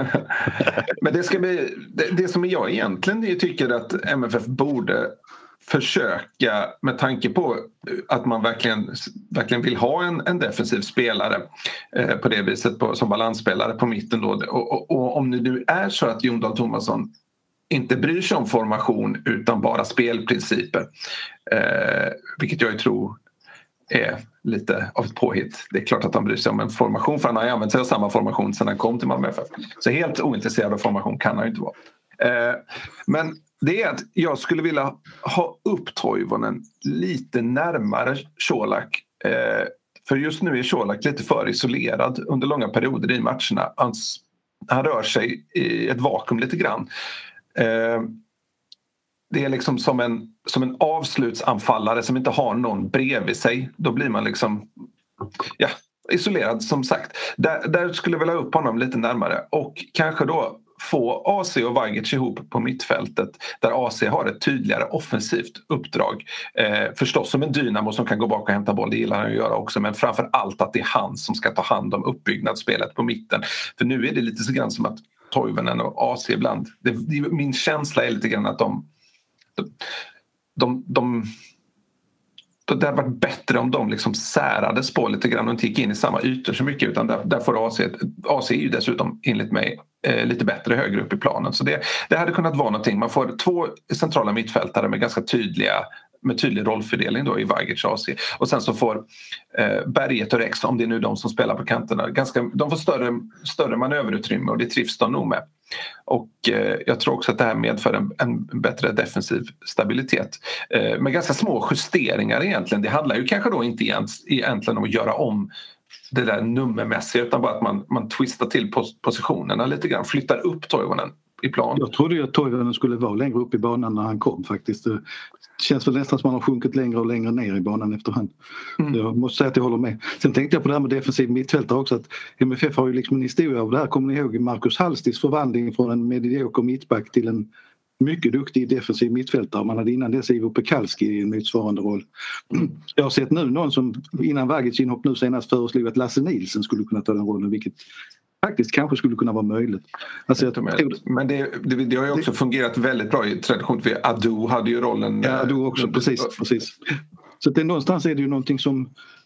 Speaker 6: Men det ska bli, det, det som jag egentligen tycker att M F F borde försöka, med tanke på att man verkligen, verkligen vill ha en, en defensiv spelare eh, på det viset på, som balansspelare på mitten då. Och, och, och om det nu är så att Jon Dahl Tomasson inte bryr sig om formation utan bara spelprinciper, eh, vilket jag tror är lite av ett påhitt. Det är klart att han bryr sig om en formation, för han har använt sig av samma formation sedan han kom till Malmö F F. Så helt ointresserad av formation kan han ju inte vara. Eh, men det är att jag skulle vilja ha upp Toivonen lite närmare Colak. Eh, för just nu är Colak lite för isolerad under långa perioder i matcherna. Han, han rör sig i ett vakuum lite grann. Eh, det är liksom som en, som en avslutsanfallare som inte har någon bredvid sig. Då blir man liksom ja, isolerad som sagt. Där, där skulle jag vilja upp honom lite närmare. Och kanske då få A C och Vagic ihop på mittfältet. Där A C har ett tydligare offensivt uppdrag. Eh, förstås som en dynamo som kan gå bak och hämta boll. Det gillar han att göra också. Men framför allt att det är han som ska ta hand om uppbyggnadsspelet på mitten. För nu är det lite så grann som att Toivonen och A C ibland. Det, min känsla är lite grann att de De, de, de, det hade varit bättre om de liksom särades på lite grann och inte gick in i samma ytor så mycket, utan där, där får A C, A C är ju dessutom enligt mig eh, lite bättre högre upp i planen, så det, det hade kunnat vara någonting. Man får två centrala mittfältare med ganska tydliga med tydlig rollfördelning då i Vagic och A C, och sen så får eh, Berget och Rex, om det är nu de som spelar på kanterna, ganska, de får större, större manöverutrymme och det trivs de nog med. Och eh, jag tror också att det här medför en, en bättre defensiv stabilitet. Eh, med ganska små justeringar egentligen. Det handlar ju kanske då inte ens, egentligen om att göra om det där nummermässiga, utan bara att man, man twistar till pos- positionerna lite grann. Flyttar upp Toivonen i plan.
Speaker 7: Jag trodde ju att Toivonen skulle vara längre upp i banan när han kom faktiskt. Det känns väl nästan som att man har sjunkit längre och längre ner i banan efterhand. Mm. Jag måste säga att jag håller med. Sen tänkte jag på det här med defensiv mittfältare också, att M F F har ju liksom en historia av det här. Kommer ni ihåg Marcus Hallstis förvandling från en medioker mittback till en mycket duktig defensiv mittfältare? Man hade innan dess Ivo Pekalski i en motsvarande roll. Jag har sett nu någon som innan Vagic inhopp nu senast föreslog att Lasse Nielsen skulle kunna ta den rollen, vilket faktiskt kanske skulle kunna vara möjligt. Alltså, jag tror...
Speaker 6: Men det, det, det har ju också det... fungerat väldigt bra i tradition. För Adu hade ju rollen...
Speaker 7: Ja, Adu också, äh, precis, precis. Så det, någonstans är det ju någonting som...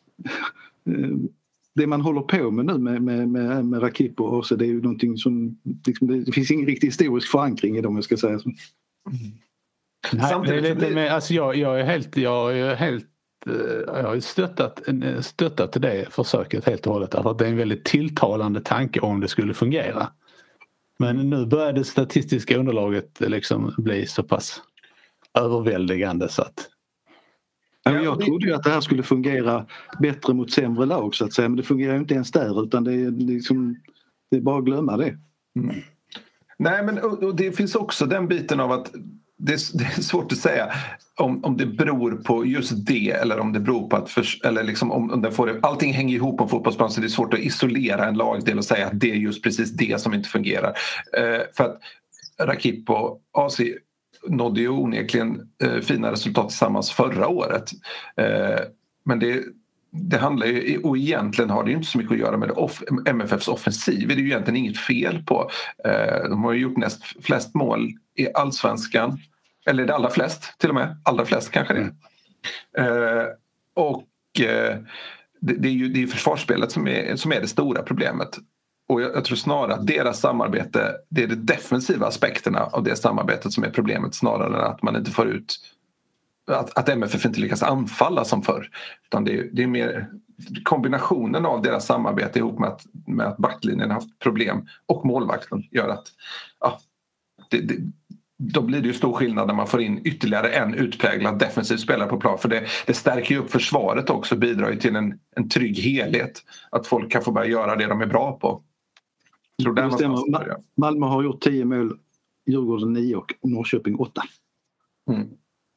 Speaker 7: Det man håller på med nu med, med, med, med Rakip och Åse, det är ju någonting som... Liksom, det finns ingen riktig historisk förankring i dem, jag ska säga. Mm.
Speaker 5: Nej, det är lite med, alltså jag, jag är helt... Jag är helt jag har stöttat, stöttat det försöket helt och hållet, därför att det är en väldigt tilltalande tanke om det skulle fungera. Men nu börjar det statistiska underlaget liksom bli så pass överväldigande så att...
Speaker 7: Jag trodde ju att det här skulle fungera bättre mot sämre lag så att säga, men det fungerar ju inte ens där, utan det är liksom, det är bara att glömma det.
Speaker 6: Mm. Nej, men och det finns också den biten av att det är, det är svårt att säga om, om det beror på just det eller om det beror på att för, eller liksom om, om den får, allting hänger ihop på fotbollsplan, så det är svårt att isolera en lagdel och säga att det är just precis det som inte fungerar. Eh, för att Rakip och A C nådde ju onekligen eh, fina resultat tillsammans förra året. Eh, men det det handlar ju, och egentligen har det ju inte så mycket att göra med det off, M F F:s offensiv. Det är ju egentligen inget fel på. Eh, de har ju gjort näst flest mål i allsvenskan. Eller det allra flest till och med. Allra flest kanske det. Eh, och eh, det, det är ju det är försvarsspelet som är, som är det stora problemet. Och jag, jag tror snarare att deras samarbete, det är de defensiva aspekterna av det samarbetet som är problemet snarare än att man inte får ut Att, att M F F inte lyckas anfalla som förr. Utan det är, det är mer kombinationen av deras samarbete ihop med att, med att backlinjen har haft problem och målvakten gör att ja, det, det, då blir det ju stor skillnad när man får in ytterligare en utpräglad defensiv spelare på plan. För det, det stärker ju upp försvaret också, bidrar ju till en, en trygg helhet. Att folk kan få börja göra det de är bra på. Så där
Speaker 7: Ma- Malmö har gjort tio mål, Djurgården nio och Norrköping åtta.
Speaker 6: Mm.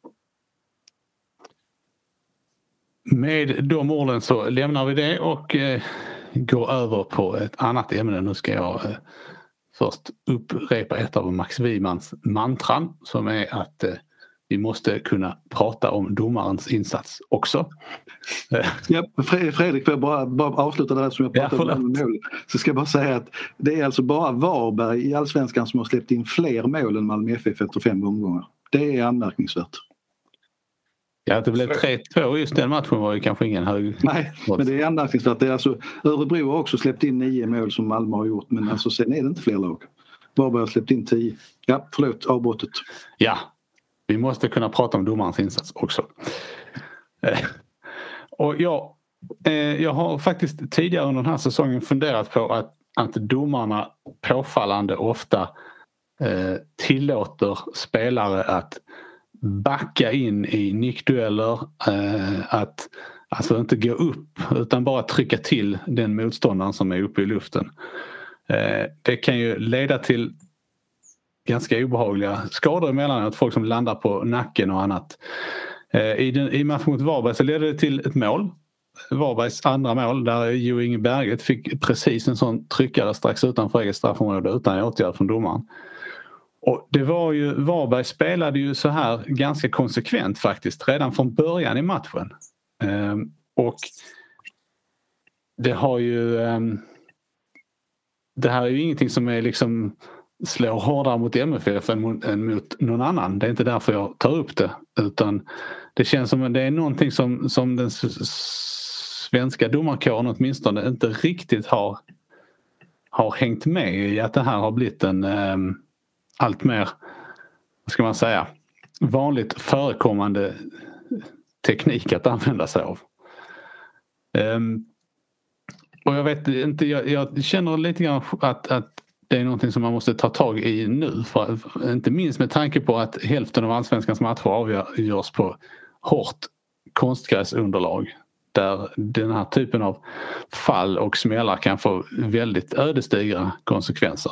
Speaker 5: Med de orden så lämnar vi det och eh, går över på ett annat ämne. Nu ska jag eh, först upprepa ett av Max Wimans mantran som är att eh, vi måste kunna prata om domarens insats också.
Speaker 7: Ja, Fredrik, får jag bara, bara avsluta det här som jag pratade om mål. Så ska jag bara säga att det är alltså bara Varberg i Allsvenskan som har släppt in fler mål än Malmö F F efter fem omgångar. Det är anmärkningsvärt.
Speaker 5: Ja, att det blev tre två just den matchen var ju kanske ingen hög...
Speaker 7: Nej, men det är anmärkningsvärt. Det är alltså, Örebro har också släppt in nio mål som Malmö har gjort, men alltså sen är det inte fler lag. Varberg har släppt in tio. Ja, förlåt, avbrottet.
Speaker 5: Ja, vi måste kunna prata om domarens insats också. Eh, och jag, eh, jag har faktiskt tidigare under den här säsongen funderat på att, att domarna påfallande ofta eh, tillåter spelare att backa in i nickdueller, eh, att alltså inte gå upp utan bara trycka till den motståndaren som är uppe i luften. Eh, det kan ju leda till ganska obehagliga skador emellanåt, folk som landar på nacken och annat. Eh, i, den, i matchen mot Varberg så ledde det till ett mål. Varbergs andra mål där Jo Inge Berget fick precis en sån tryckare strax utanför eget straffområde utan åtgärd från domaren. Och det var ju, Varberg spelade ju så här ganska konsekvent faktiskt redan från början i matchen. Um, och det har ju um, det här är ju ingenting som är liksom slår hårdare mot M F F än mot, än mot någon annan. Det är inte därför jag tar upp det, utan det känns som att det är någonting som, som den svenska domarkåren åtminstone inte riktigt har, har hängt med i, att det här har blivit en um, allt mer, vad ska man säga, vanligt förekommande teknik att använda sig av. Um, och jag vet inte, jag, jag känner lite grann att, att det är någonting som man måste ta tag i nu. För, för, inte minst med tanke på att hälften av allsvenskans matcher avgörs på hårt konstgräsunderlag. Där den här typen av fall och smällar kan få väldigt ödesdigra konsekvenser.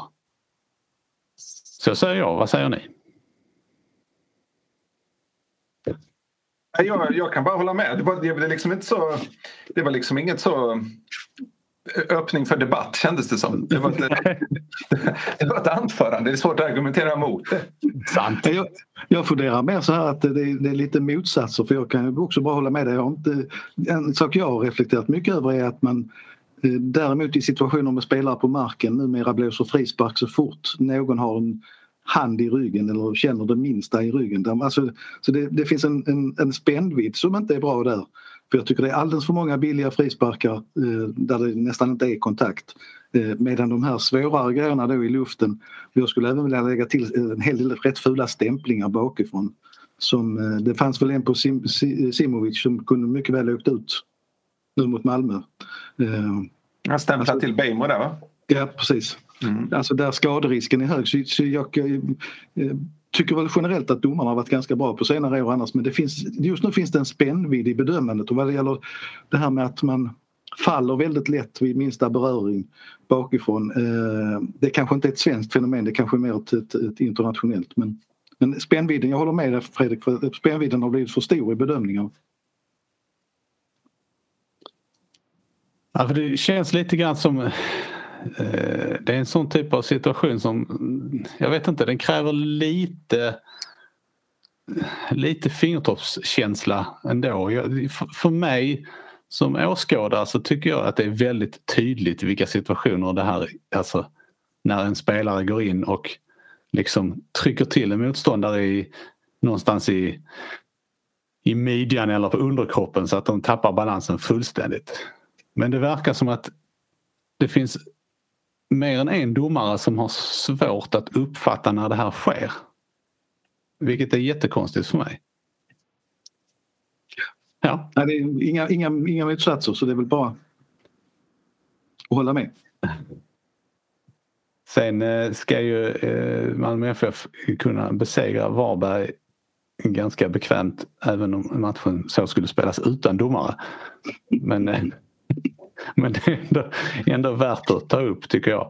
Speaker 5: Så säger jag, vad säger ni?
Speaker 6: Jag, jag kan bara hålla med. Det var, det var liksom inte så, det var liksom inget så öppning för debatt kändes det som. Det var ett, det var ett anförande. Det är svårt att argumentera emot det.
Speaker 7: Sant. Jag, jag funderar mer så här att det, det är lite motsatser, för jag kan också bara hålla med dig. Jag har inte, en sak jag har reflekterat mycket över är att man däremot i situationer med spelare på marken numera blåser frispark så fort någon har en hand i ryggen eller känner det minsta i ryggen. Alltså, så det, det finns en, en, en spännvidd som inte är bra där. För jag tycker det är alldeles för många billiga frisparkar eh, där det nästan inte är kontakt. Eh, medan de här svårare grejerna då i luften, jag skulle även vilja lägga till en hel del rätt fula stämplingar bakifrån. Som, eh, det fanns väl en på Sim, Simovic som kunde mycket väl åkt ut nu mot Malmö. Eh,
Speaker 6: Han stämplar
Speaker 7: alltså,
Speaker 6: till Bejmo där, va?
Speaker 7: Ja, precis. Mm. Alltså där skaderisken är hög. Så, så jag eh, tycker väl generellt att domarna har varit ganska bra på senare år annars, men det finns, just nu finns det en spännvidd i bedömandet, och vad det gäller det här med att man faller väldigt lätt vid minsta beröring bakifrån. Eh, det kanske inte är ett svenskt fenomen, det kanske är mer ett, ett, ett internationellt, men, men spännvidden, jag håller med dig Fredrik, för spännvidden har blivit för stor i bedömningar.
Speaker 5: Ja, för det känns lite grann som eh, det är en sån typ av situation som, jag vet inte, den kräver lite lite fingertoppskänsla ändå. Jag, för, för mig som åskådare så tycker jag att det är väldigt tydligt vilka situationer det här, alltså när en spelare går in och liksom trycker till en motståndare i, någonstans i, i midjan eller på underkroppen så att de tappar balansen fullständigt. Men det verkar som att det finns mer än en domare som har svårt att uppfatta när det här sker. Vilket är jättekonstigt för mig. Ja.
Speaker 7: Nej, det är inga, inga, inga motsatser, så det är väl bara att hålla med.
Speaker 5: Sen ska ju Malmö F F kunna besegra Varberg ganska bekvämt även om matchen så skulle spelas utan domare. Men, men det är ändå, ändå värt att ta upp tycker jag.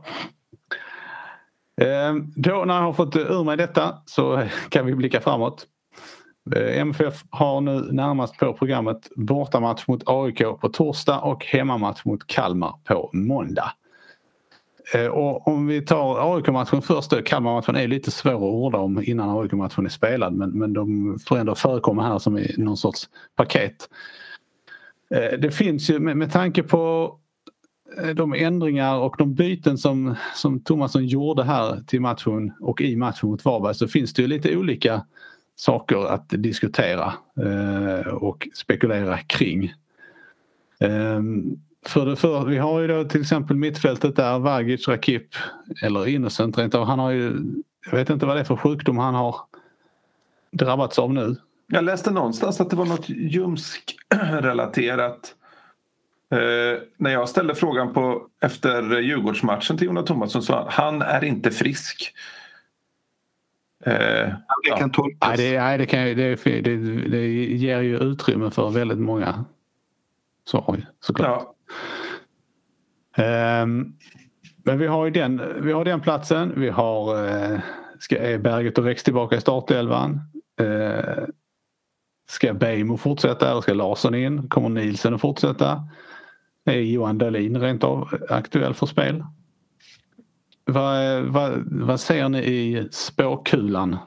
Speaker 5: Då när jag har fått ur mig detta så kan vi blicka framåt. M F F har nu närmast på programmet bortamatch mot A I K på torsdag och hemmamatch mot Kalmar på måndag. Och om vi tar A I K-matchen först då, Kalmar-matchen är lite svår att orda om innan A I K-matchen är spelad men, men de får ändå förekomma här som i någon sorts paket. Det finns ju med, med tanke på de ändringar och de byten som, som Thomasson gjorde här till matchen och i matchen mot Varberg så finns det ju lite olika saker att diskutera eh, och spekulera kring. Eh, för det, för, vi har ju då till exempel mittfältet där Vagic, Rakip eller Innocent rent av. Han har ju, jag vet inte vad det är för sjukdom han har drabbats av nu.
Speaker 6: Jag läste någonstans att det var något ljumsk-relaterat. Eh, när jag ställde frågan på efter Djurgårdsmatchen till Jonas Thomasson så han, han är inte frisk. Eh,
Speaker 7: det
Speaker 6: ja.
Speaker 7: kan tolkas.
Speaker 5: Nej, det, nej, det, kan, det, det, det ger ju utrymme för väldigt många svar såklart. Ja. Um, men vi har ju den, vi har den platsen. Vi har uh, ska, är Berget och Rex tillbaka i startelvan. Uh, ska Beijmo fortsätta eller ska Larsson in? Kommer Nielsen att fortsätta? Är Johan Dahlin rent av aktuell för spel? Vad, vad, vad ser ni i spåkulan?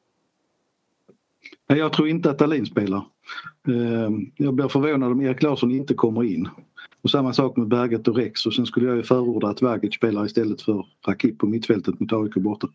Speaker 7: Jag tror inte att Dahlin spelar. Jag blir förvånad om Erik Larsson inte kommer in. Och samma sak med Berget och Rex. Och sen skulle jag ju förorda att Vagic spelar istället för Rakip på mittfältet mot A I K borta.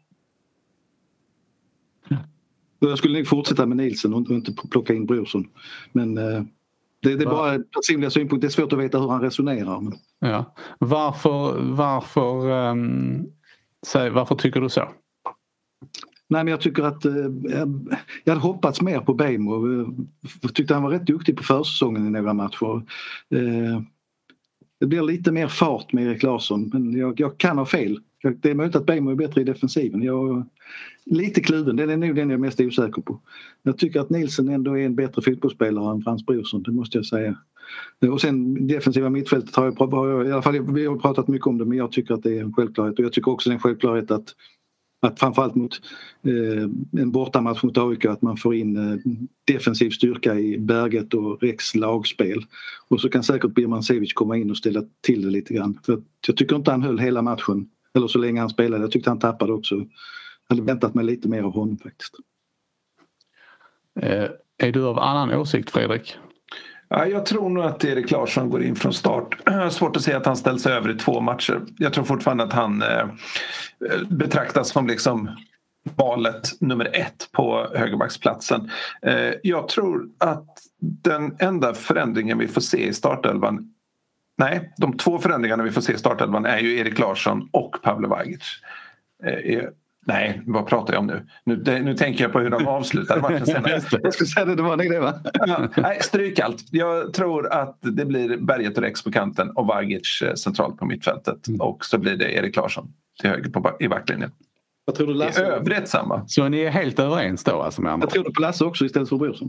Speaker 7: Mm. Jag skulle nog fortsätta med Nielsen och inte plocka in Brorsson. Men det, det är bara personliga synpunkter. Det är svårt att veta hur han resonerar. Men...
Speaker 5: Ja. Varför, varför, um, säg, varför tycker du så?
Speaker 7: Nej, men jag tycker att eh, jag hade hoppats mer på Beijmo. Jag tyckte han var rätt duktig på försäsongen i några matcher. Eh, det blir lite mer fart med Erik Larsson, men jag, jag kan ha fel. Det är möjligt att Beijmo är bättre i defensiven. Jag är lite kluven, det är nog den jag är mest osäker på. Jag tycker att Nielsen ändå är en bättre fotbollsspelare än Frans Brorsson, det måste jag säga. Och sen defensiva mittfältet har jag, har jag i alla fall vi har pratat mycket om det, men jag tycker att det är en självklarhet. Och jag tycker också det är en självklarhet att Att framförallt mot eh, en bortamatch mot A I K att man får in eh, defensiv styrka i Berget och Rex lagspel. Och så kan säkert Birman Sevic komma in och ställa till det lite grann. För jag tycker inte han höll hela matchen. Eller så länge han spelade. Jag tyckte han tappade också. Jag hade väntat mig lite mer av honom faktiskt.
Speaker 5: Eh, är du av annan åsikt, Fredrik?
Speaker 6: Ja, jag tror nog att Erik Larsson går in från start. Svårt att se att han ställs över i två matcher. Jag tror fortfarande att han eh, betraktas som liksom valet nummer ett på högerbacksplatsen. Eh, jag tror att den enda förändringen vi får se i startelvan, nej, de två förändringarna vi får se i startelvan är ju Erik Larsson och Pavle Vagic. Eh, Nej, vad pratar jag om nu? Nu, det, nu tänker jag på hur de avslutade matchen senare.
Speaker 7: Jag skulle säga det, det var det va?
Speaker 6: Ja, nej, stryk allt. Jag tror att det blir Berget och Rex på kanten och Vagic centralt på mittfältet. Mm. Och så blir det Erik Larsson till höger på, i backlinjen.
Speaker 7: Jag tror du Lasse...
Speaker 6: I övrigt samma.
Speaker 5: Så ni är helt överens då? Alltså, med
Speaker 7: jag tror du på Lasse också istället för Brorsson.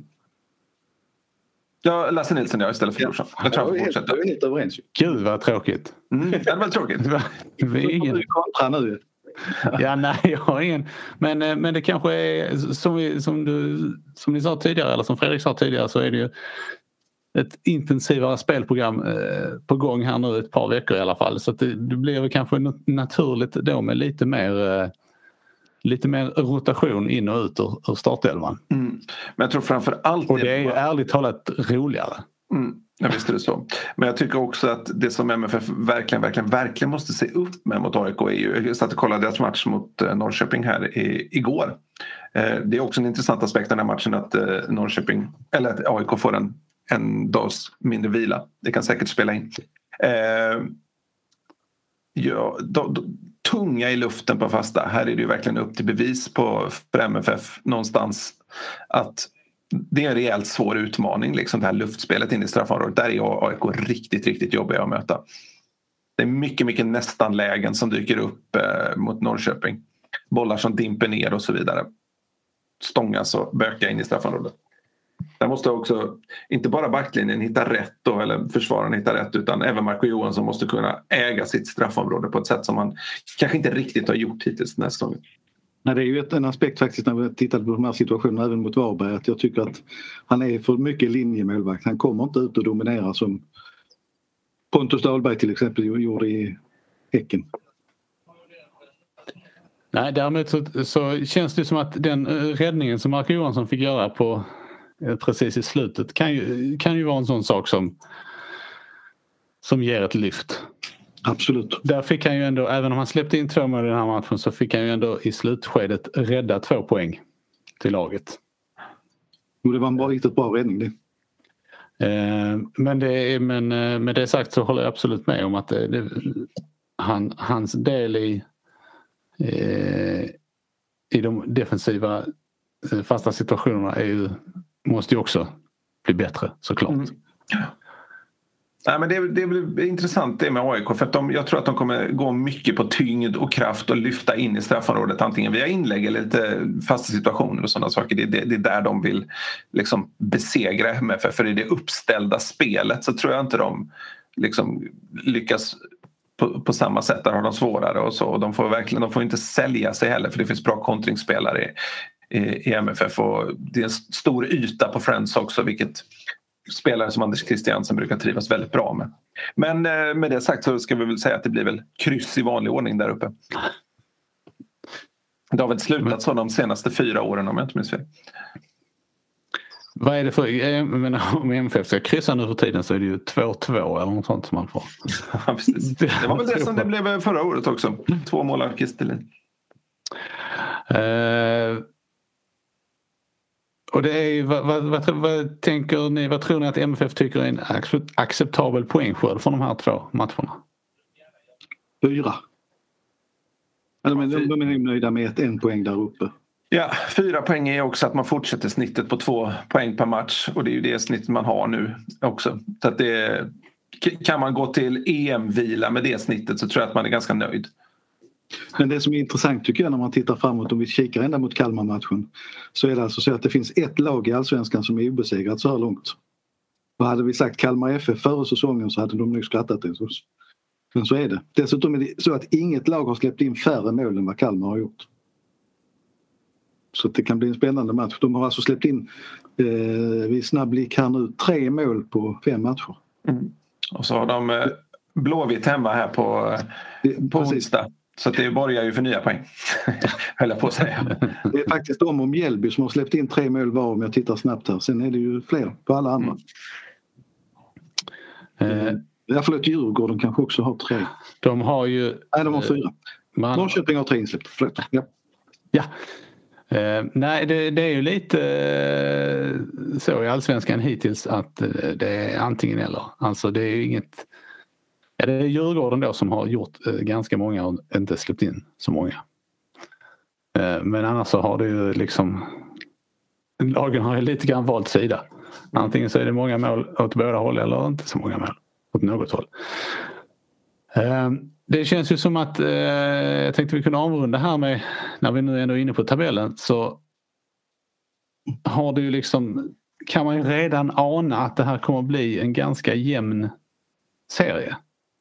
Speaker 6: Ja, Lasse Nilsson ja, istället för
Speaker 7: ja.
Speaker 6: Brorsson. Jag tror jag fortsätter.
Speaker 7: Du är helt överens.
Speaker 5: Gud vad tråkigt.
Speaker 6: Mm, det var tråkigt.
Speaker 5: Det var ingen...
Speaker 7: Du kontra nu.
Speaker 5: Ja, nej, jag har ingen. Men, men det kanske är som, vi, som, du, som ni sa tidigare, eller som Fredrik sa tidigare, så är det ju ett intensivare spelprogram eh, på gång här nu ett par veckor i alla fall. Så att det, det blir väl kanske naturligt då med lite mer, eh, lite mer rotation in och ut ur, ur startelvan.
Speaker 6: Mm. Men jag tror framför allt...
Speaker 5: Och det är ju ärligt talat roligare.
Speaker 6: Mm. Ja, visst är det så. Men jag tycker också att det som M F F verkligen, verkligen, verkligen måste se upp med mot A I K är ju, jag satt och kollade deras match mot Norrköping här i, igår. Det är också en intressant aspekt av den här matchen att Norrköping, eller att A I K får en, en dags mindre vila. Det kan säkert spela in. Eh, ja, då, då, tunga i luften på fasta. Här är det ju verkligen upp till bevis på för M F F någonstans att det är en rejält svår utmaning, liksom det här luftspelet in i straffområdet. Där är A I K riktigt, riktigt jobbiga att möta. Det är mycket, mycket nästan lägen som dyker upp eh, mot Norrköping. Bollar som dimper ner och så vidare. Stångas och böka in i straffområdet. Där måste också, inte bara backlinjen hitta rätt då, eller försvararen hitta rätt, utan även Marco Johansson måste kunna äga sitt straffområde på ett sätt som man kanske inte riktigt har gjort hittills den här säsongen.
Speaker 7: Nej, det är ju ett, en aspekt faktiskt när vi tittar på de här situationerna även mot Varberg, att jag tycker att han är för mycket linjemålvakt. Han kommer inte ut och dominerar som Pontus Dahlberg till exempel gjorde i Häcken.
Speaker 5: Nej, däremot så, så känns det som att den räddningen som Marco Johansson fick göra på precis i slutet kan ju, kan ju vara en sån sak som som ger ett lyft.
Speaker 7: Absolut.
Speaker 5: Där fick han ju ändå, även om han släppte in två mål i den här matchen, så fick han ju ändå i slutskedet rädda två poäng till laget.
Speaker 7: Och det var en bra, riktigt bra räddning det.
Speaker 5: Eh, men, det är, men med det sagt så håller jag absolut med om att det, det, han, hans del i eh, i de defensiva fasta situationerna är ju, måste ju också bli bättre, såklart. Mm.
Speaker 6: Nej, men det, det blir intressant det med A I K, för att de, jag tror att de kommer gå mycket på tyngd och kraft och lyfta in i straffområdet, antingen via inlägg eller lite fasta situationer och sådana saker. Det, det, det är där de vill liksom besegra M F F, för i det uppställda spelet så tror jag inte de liksom lyckas på, på samma sätt. Där har de svårare och så, och de får verkligen, de får inte sälja sig heller, för det finns bra kontringsspelare i, i, i M F F, och det är en stor yta på Friends också, vilket spelare som Anders Christiansen brukar trivas väldigt bra med. Men med det sagt så ska vi väl säga att det blir väl kryss i vanlig ordning där uppe. Det har väl slutat så de senaste fyra åren, om jag inte minns fel.
Speaker 5: Vad är det för... Jag menar, om M F F ska kryssa nu för tiden så är det ju två två eller något sånt som man får.
Speaker 6: Ja, precis. Det var väl det som det blev förra året också. Två mål av Kistelin.
Speaker 5: Uh... Och det är, vad, vad, vad, vad tänker ni, vad tror ni att M F F tycker är en acceptabel poängskörd från de här två matcherna?
Speaker 7: Fyra. Eller men de, de är nöjda med ett en poäng där uppe.
Speaker 6: Ja, fyra poäng är också att man fortsätter snittet på två poäng per match, och det är ju det snittet man har nu också. Så att det, kan man gå till E M-vila med det snittet så tror jag att man är ganska nöjd.
Speaker 7: Men det som är intressant tycker jag när man tittar framåt, om vi kikar ända mot Kalmar-matchen, så är det alltså så att det finns ett lag i Allsvenskan som är obesegrat så här långt. Och hade vi sagt Kalmar F F före säsongen så hade de nog skrattat åt oss. Men så är det. Dessutom är det så att inget lag har släppt in färre mål än vad Kalmar har gjort. Så det kan bli en spännande match. De har alltså släppt in eh, vid snabb blick här nu tre mål på fem matcher.
Speaker 6: Mm. Och så har de eh, Blåvitt hemma här på, det, på onsdag. Så det borgar ju för nya poäng, höll jag på att säga.
Speaker 7: Det är faktiskt de och Mjällby som har släppt in tre mål var, om jag tittar snabbt här. Sen är det ju fler på alla andra. Mm. Eh, jag förlåt, Djurgården kanske också har tre.
Speaker 5: De har ju...
Speaker 7: Nej, de har fyra. Man... Norrköping har tre insläppt. Förlåt. Ja.
Speaker 5: Ja. Eh, nej, det, det är ju lite eh, så i Allsvenskan hittills att eh, det är antingen eller. Alltså det är ju inget... Ja, det är Djurgården då som har gjort eh, ganska många och inte släppt in så många. Eh, men annars så har det ju liksom... Lagen har ju lite grann valt sida. Antingen så är det många mål åt båda håll eller inte så många mål åt något håll. Eh, det känns ju som att eh, jag tänkte vi kunde avrunda här med, när vi nu ändå är inne på tabellen, så har det ju liksom, kan man ju redan ana att det här kommer att bli en ganska jämn serie.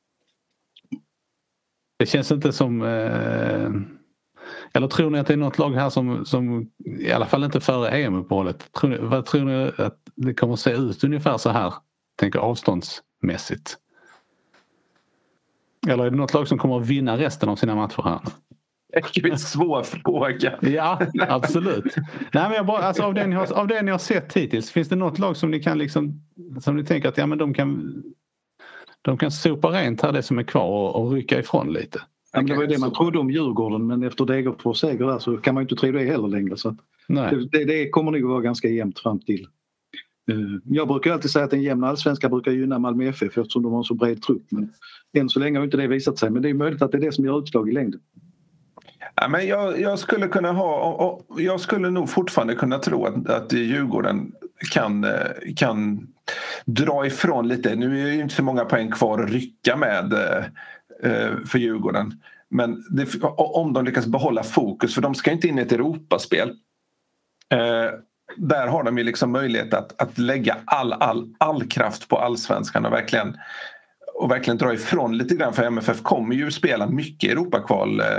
Speaker 5: Det känns inte som eh, eller tror ni att det är något lag här som, som i alla fall inte före E M-uppehållet, tror ni, vad tror ni att det kommer att se ut ungefär så här, tänker avståndsmässigt? Eller är det något lag som kommer att vinna resten av sina matcher här?
Speaker 6: Det är en svår fråga.
Speaker 5: Ja, absolut. Nej, men jag bara, alltså, av, det ni har, av det ni har sett hittills, finns det något lag som ni kan liksom som ni tänker att ja, men de kan de kan sopa rent här det som är kvar och, och rycka ifrån lite.
Speaker 7: Ja, men det var ju det man trodde om Djurgården, men efter Degerfors seger där så kan man ju inte tro det heller längre. Så det, det, det kommer nog att vara ganska jämnt fram till. Jag brukar alltid säga att en jämn allsvenska brukar gynna Malmö F F eftersom de har en så bred trupp. Men än så länge har inte det visat sig. Men det är möjligt att det är det som gör utslag i längden.
Speaker 6: Ja, men jag, jag skulle kunna ha och, och jag skulle nog fortfarande kunna tro att, att Djurgården kan, kan dra ifrån lite. Nu är det ju inte så många poäng kvar att rycka med eh, för Djurgården. Men det, om de lyckas behålla fokus, för de ska inte in i ett Europaspel. Eh, där har de ju liksom möjlighet att, att lägga all, all, all kraft på allsvenskan och verkligen, och verkligen dra ifrån lite grann, för M F F kommer ju spela mycket Europakval eh,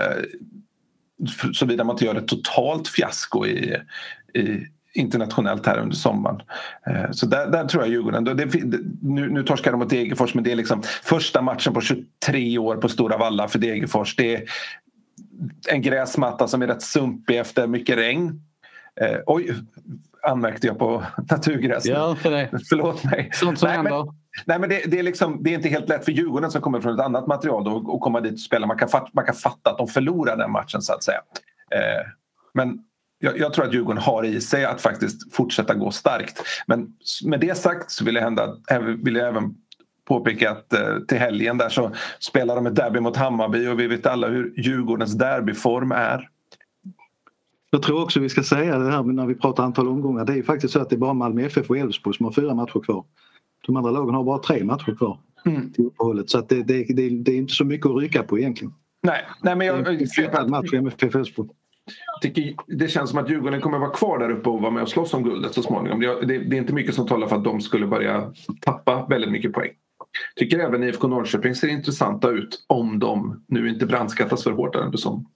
Speaker 6: såvida man inte gör ett totalt fiasko i, i internationellt här under sommaren. Eh, så där, där tror jag Djurgården, det, det, nu, nu torskar de mot Degerfors, men det är liksom första matchen på tjugotre år på Stora Valla för Degerfors. Det är en gräsmatta som är rätt sumpig efter mycket regn. Eh, oj, anmärkte jag på naturgräs.
Speaker 5: Ja, för det.
Speaker 6: Förlåt mig.
Speaker 5: Sånt som
Speaker 6: nej,
Speaker 5: händer.
Speaker 6: men, nej, men det, det, är liksom, det är inte helt lätt för Djurgården som kommer från ett annat material då, och komma dit och spela. Man kan, fatta, man kan fatta att de förlorar den matchen så att säga. Eh, men jag, jag tror att Djurgården har i sig att faktiskt fortsätta gå starkt. Men med det sagt så vill jag, hända, vill jag även påpeka att eh, till helgen där så spelar de ett derby mot Hammarby och vi vet alla hur Djurgårdens derbyform är.
Speaker 7: Jag tror också vi ska säga det här när vi pratar antal omgångar. Det är ju faktiskt så att det är bara Malmö F F och Elfsborg som har fyra matcher kvar. De andra lagen har bara tre matcher kvar mm. till uppehållet. Så att det, det, det, det är inte så mycket att rycka på egentligen.
Speaker 6: Nej, nej men jag...
Speaker 7: Det är en match för M F F Elfsborg.
Speaker 6: Tycker, det känns som att Djurgården kommer vara kvar där uppe och vara med och slåss om guldet så småningom. Det, det, det är inte mycket som talar för att de skulle börja tappa väldigt mycket poäng. Tycker även I F K Norrköping ser intressanta ut om de nu inte brandskattas för hårt under som.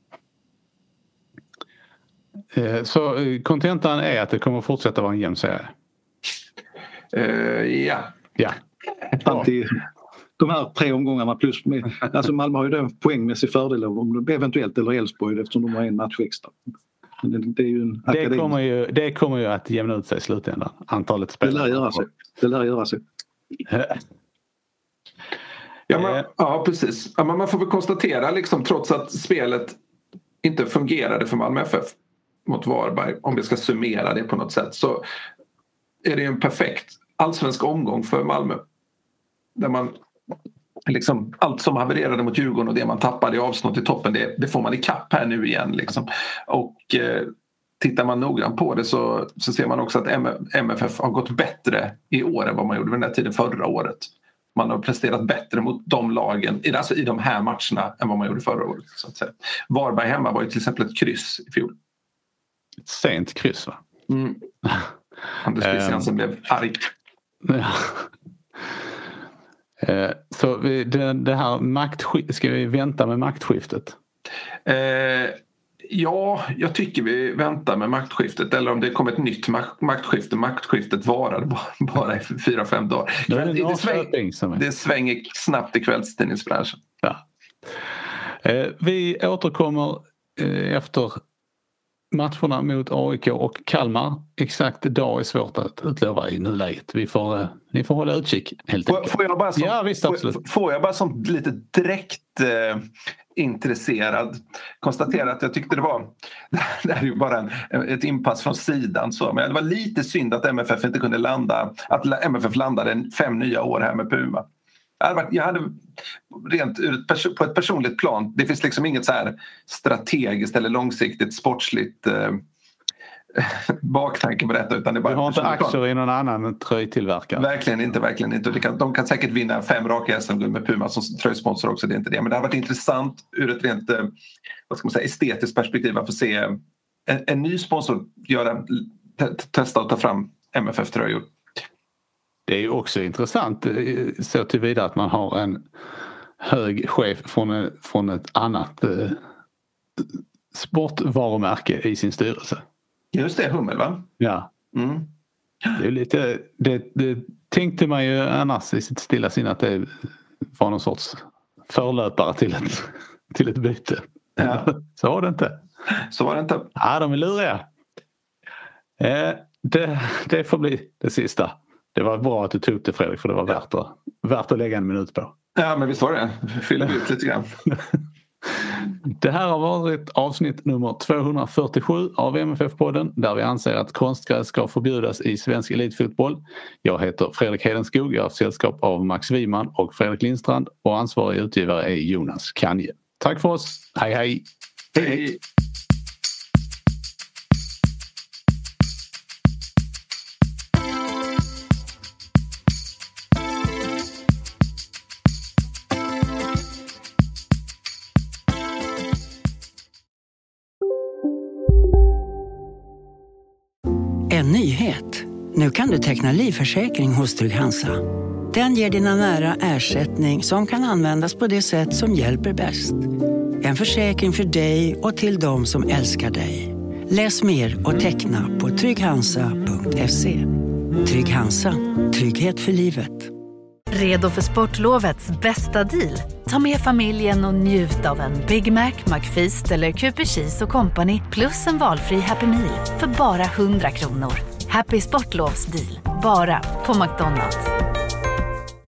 Speaker 5: Så kontentan är att det kommer fortsätta vara en jämn serie?
Speaker 6: Uh, ja.
Speaker 5: Ja.
Speaker 7: Fram till de här tre omgångarna plus med, alltså Malmö har ju en poängmässig fördel om eventuellt eller Elfsborg eftersom de har en match extra. Det, det, är ju en
Speaker 5: det, kommer ju, det kommer ju att jämna ut sig i slutändan. Antalet spelare.
Speaker 7: Det lär göra sig. Det lär göra sig.
Speaker 6: Ja, men, ja precis. Ja, man får väl konstatera liksom, trots att spelet inte fungerade för Malmö F F mot Varberg, om vi ska summera det på något sätt, så är det en perfekt allsvensk omgång för Malmö. Där man liksom, allt som havererade mot Djurgården och det man tappade i avstånd till toppen, det, det får man i kapp här nu igen. Liksom. Och eh, tittar man noggrant på det så, så ser man också att M F F har gått bättre i år än vad man gjorde vid den här tiden förra året. Man har presterat bättre mot de lagen, alltså i de här matcherna, än vad man gjorde förra året. Så att säga. Varberg hemma var ju till exempel ett kryss i fjol.
Speaker 5: Ett sent kryss, va?
Speaker 6: Mm. Anders Christiansen um, blev arg.
Speaker 5: uh, så vi, det, det här maktskiftet, ska vi vänta med maktskiftet?
Speaker 6: Uh, ja, jag tycker vi väntar med maktskiftet. Eller om det kommer ett nytt maktskifte. Maktskiftet varar bara, bara i fyra, fem dagar.
Speaker 5: Det, är det,
Speaker 6: det, sväng,
Speaker 5: som är.
Speaker 6: det svänger snabbt i kvällstidningsbranschen.
Speaker 5: Ja. Uh, vi återkommer uh, efter matcherna mot A I K och Kalmar. Exakt dag är svårt att utlova i nuläget. Vi får, ni får hålla utkik helt
Speaker 6: får,
Speaker 5: enkelt.
Speaker 6: Får jag bara som,
Speaker 5: ja, visst, absolut.
Speaker 6: Får, får jag bara som lite direkt eh, intresserad konstatera att jag tyckte det var det här är ju bara en, ett inpass från sidan så, men det var lite synd att M F F inte kunde landa, att M F F landade fem nya år här med Puma. Jag hade, varit, jag hade rent på ett personligt plan, det finns liksom inget så här strategiskt eller långsiktigt sportsligt eh, baktanke på detta, utan det är bara.
Speaker 5: Du har inte aktier i någon annan tröjtillverkare? Verkligen
Speaker 6: inte, verkligen inte. De kan, de kan säkert vinna fem raka S M-guld med Puma som tröjsponsor också, det är inte det. Men det har varit intressant ur ett rent vad ska man säga, estetiskt perspektiv att få se en, en ny sponsor göra, testa och ta fram M F F-tröjor.
Speaker 5: Det är ju också intressant så tillvida att man har en hög chef från, från ett annat eh, sportvarumärke i sin styrelse.
Speaker 6: Just det, Hummel, va?
Speaker 5: Ja.
Speaker 6: Mm.
Speaker 5: Det är lite, det, det tänkte man ju annars i sitt stilla sinne att det var någon sorts förlöpare till ett, till ett byte.
Speaker 6: Ja.
Speaker 5: Så var det inte.
Speaker 6: Så var det inte.
Speaker 5: Ja, de är luriga. Eh, det, det får bli det sista. Det var bra att du tog det, Fredrik, för det var värt att, värt att lägga en minut på.
Speaker 6: Ja, men visst var det. Fyller ut lite grann.
Speaker 5: Det här har varit avsnitt nummer tvåhundrafyrtiosju av M F F-podden, där vi anser att konstgräs ska förbjudas i svensk elitfotboll. Jag heter Fredrik Hedenskog, jag har sällskap av Max Wiman och Fredrik Lindstrand, och ansvarig utgivare är Jonas Kanje. Tack för oss, hej hej!
Speaker 6: Hej!
Speaker 10: En nyhet. Nu kan du teckna livförsäkring hos Trygg-Hansa. Den ger dina nära ersättning som kan användas på det sätt som hjälper bäst. En försäkring för dig och till de som älskar dig. Läs mer och teckna på trygg hansa punkt se. Trygg-Hansa. Trygghet för livet.
Speaker 9: Redo för sportlovets bästa deal? Ta med familjen och njut av en Big Mac, McFeast eller Cooper Cheese och Company plus en valfri Happy Meal för bara hundra kronor. Happy Sportlovs deal, bara på McDonald's.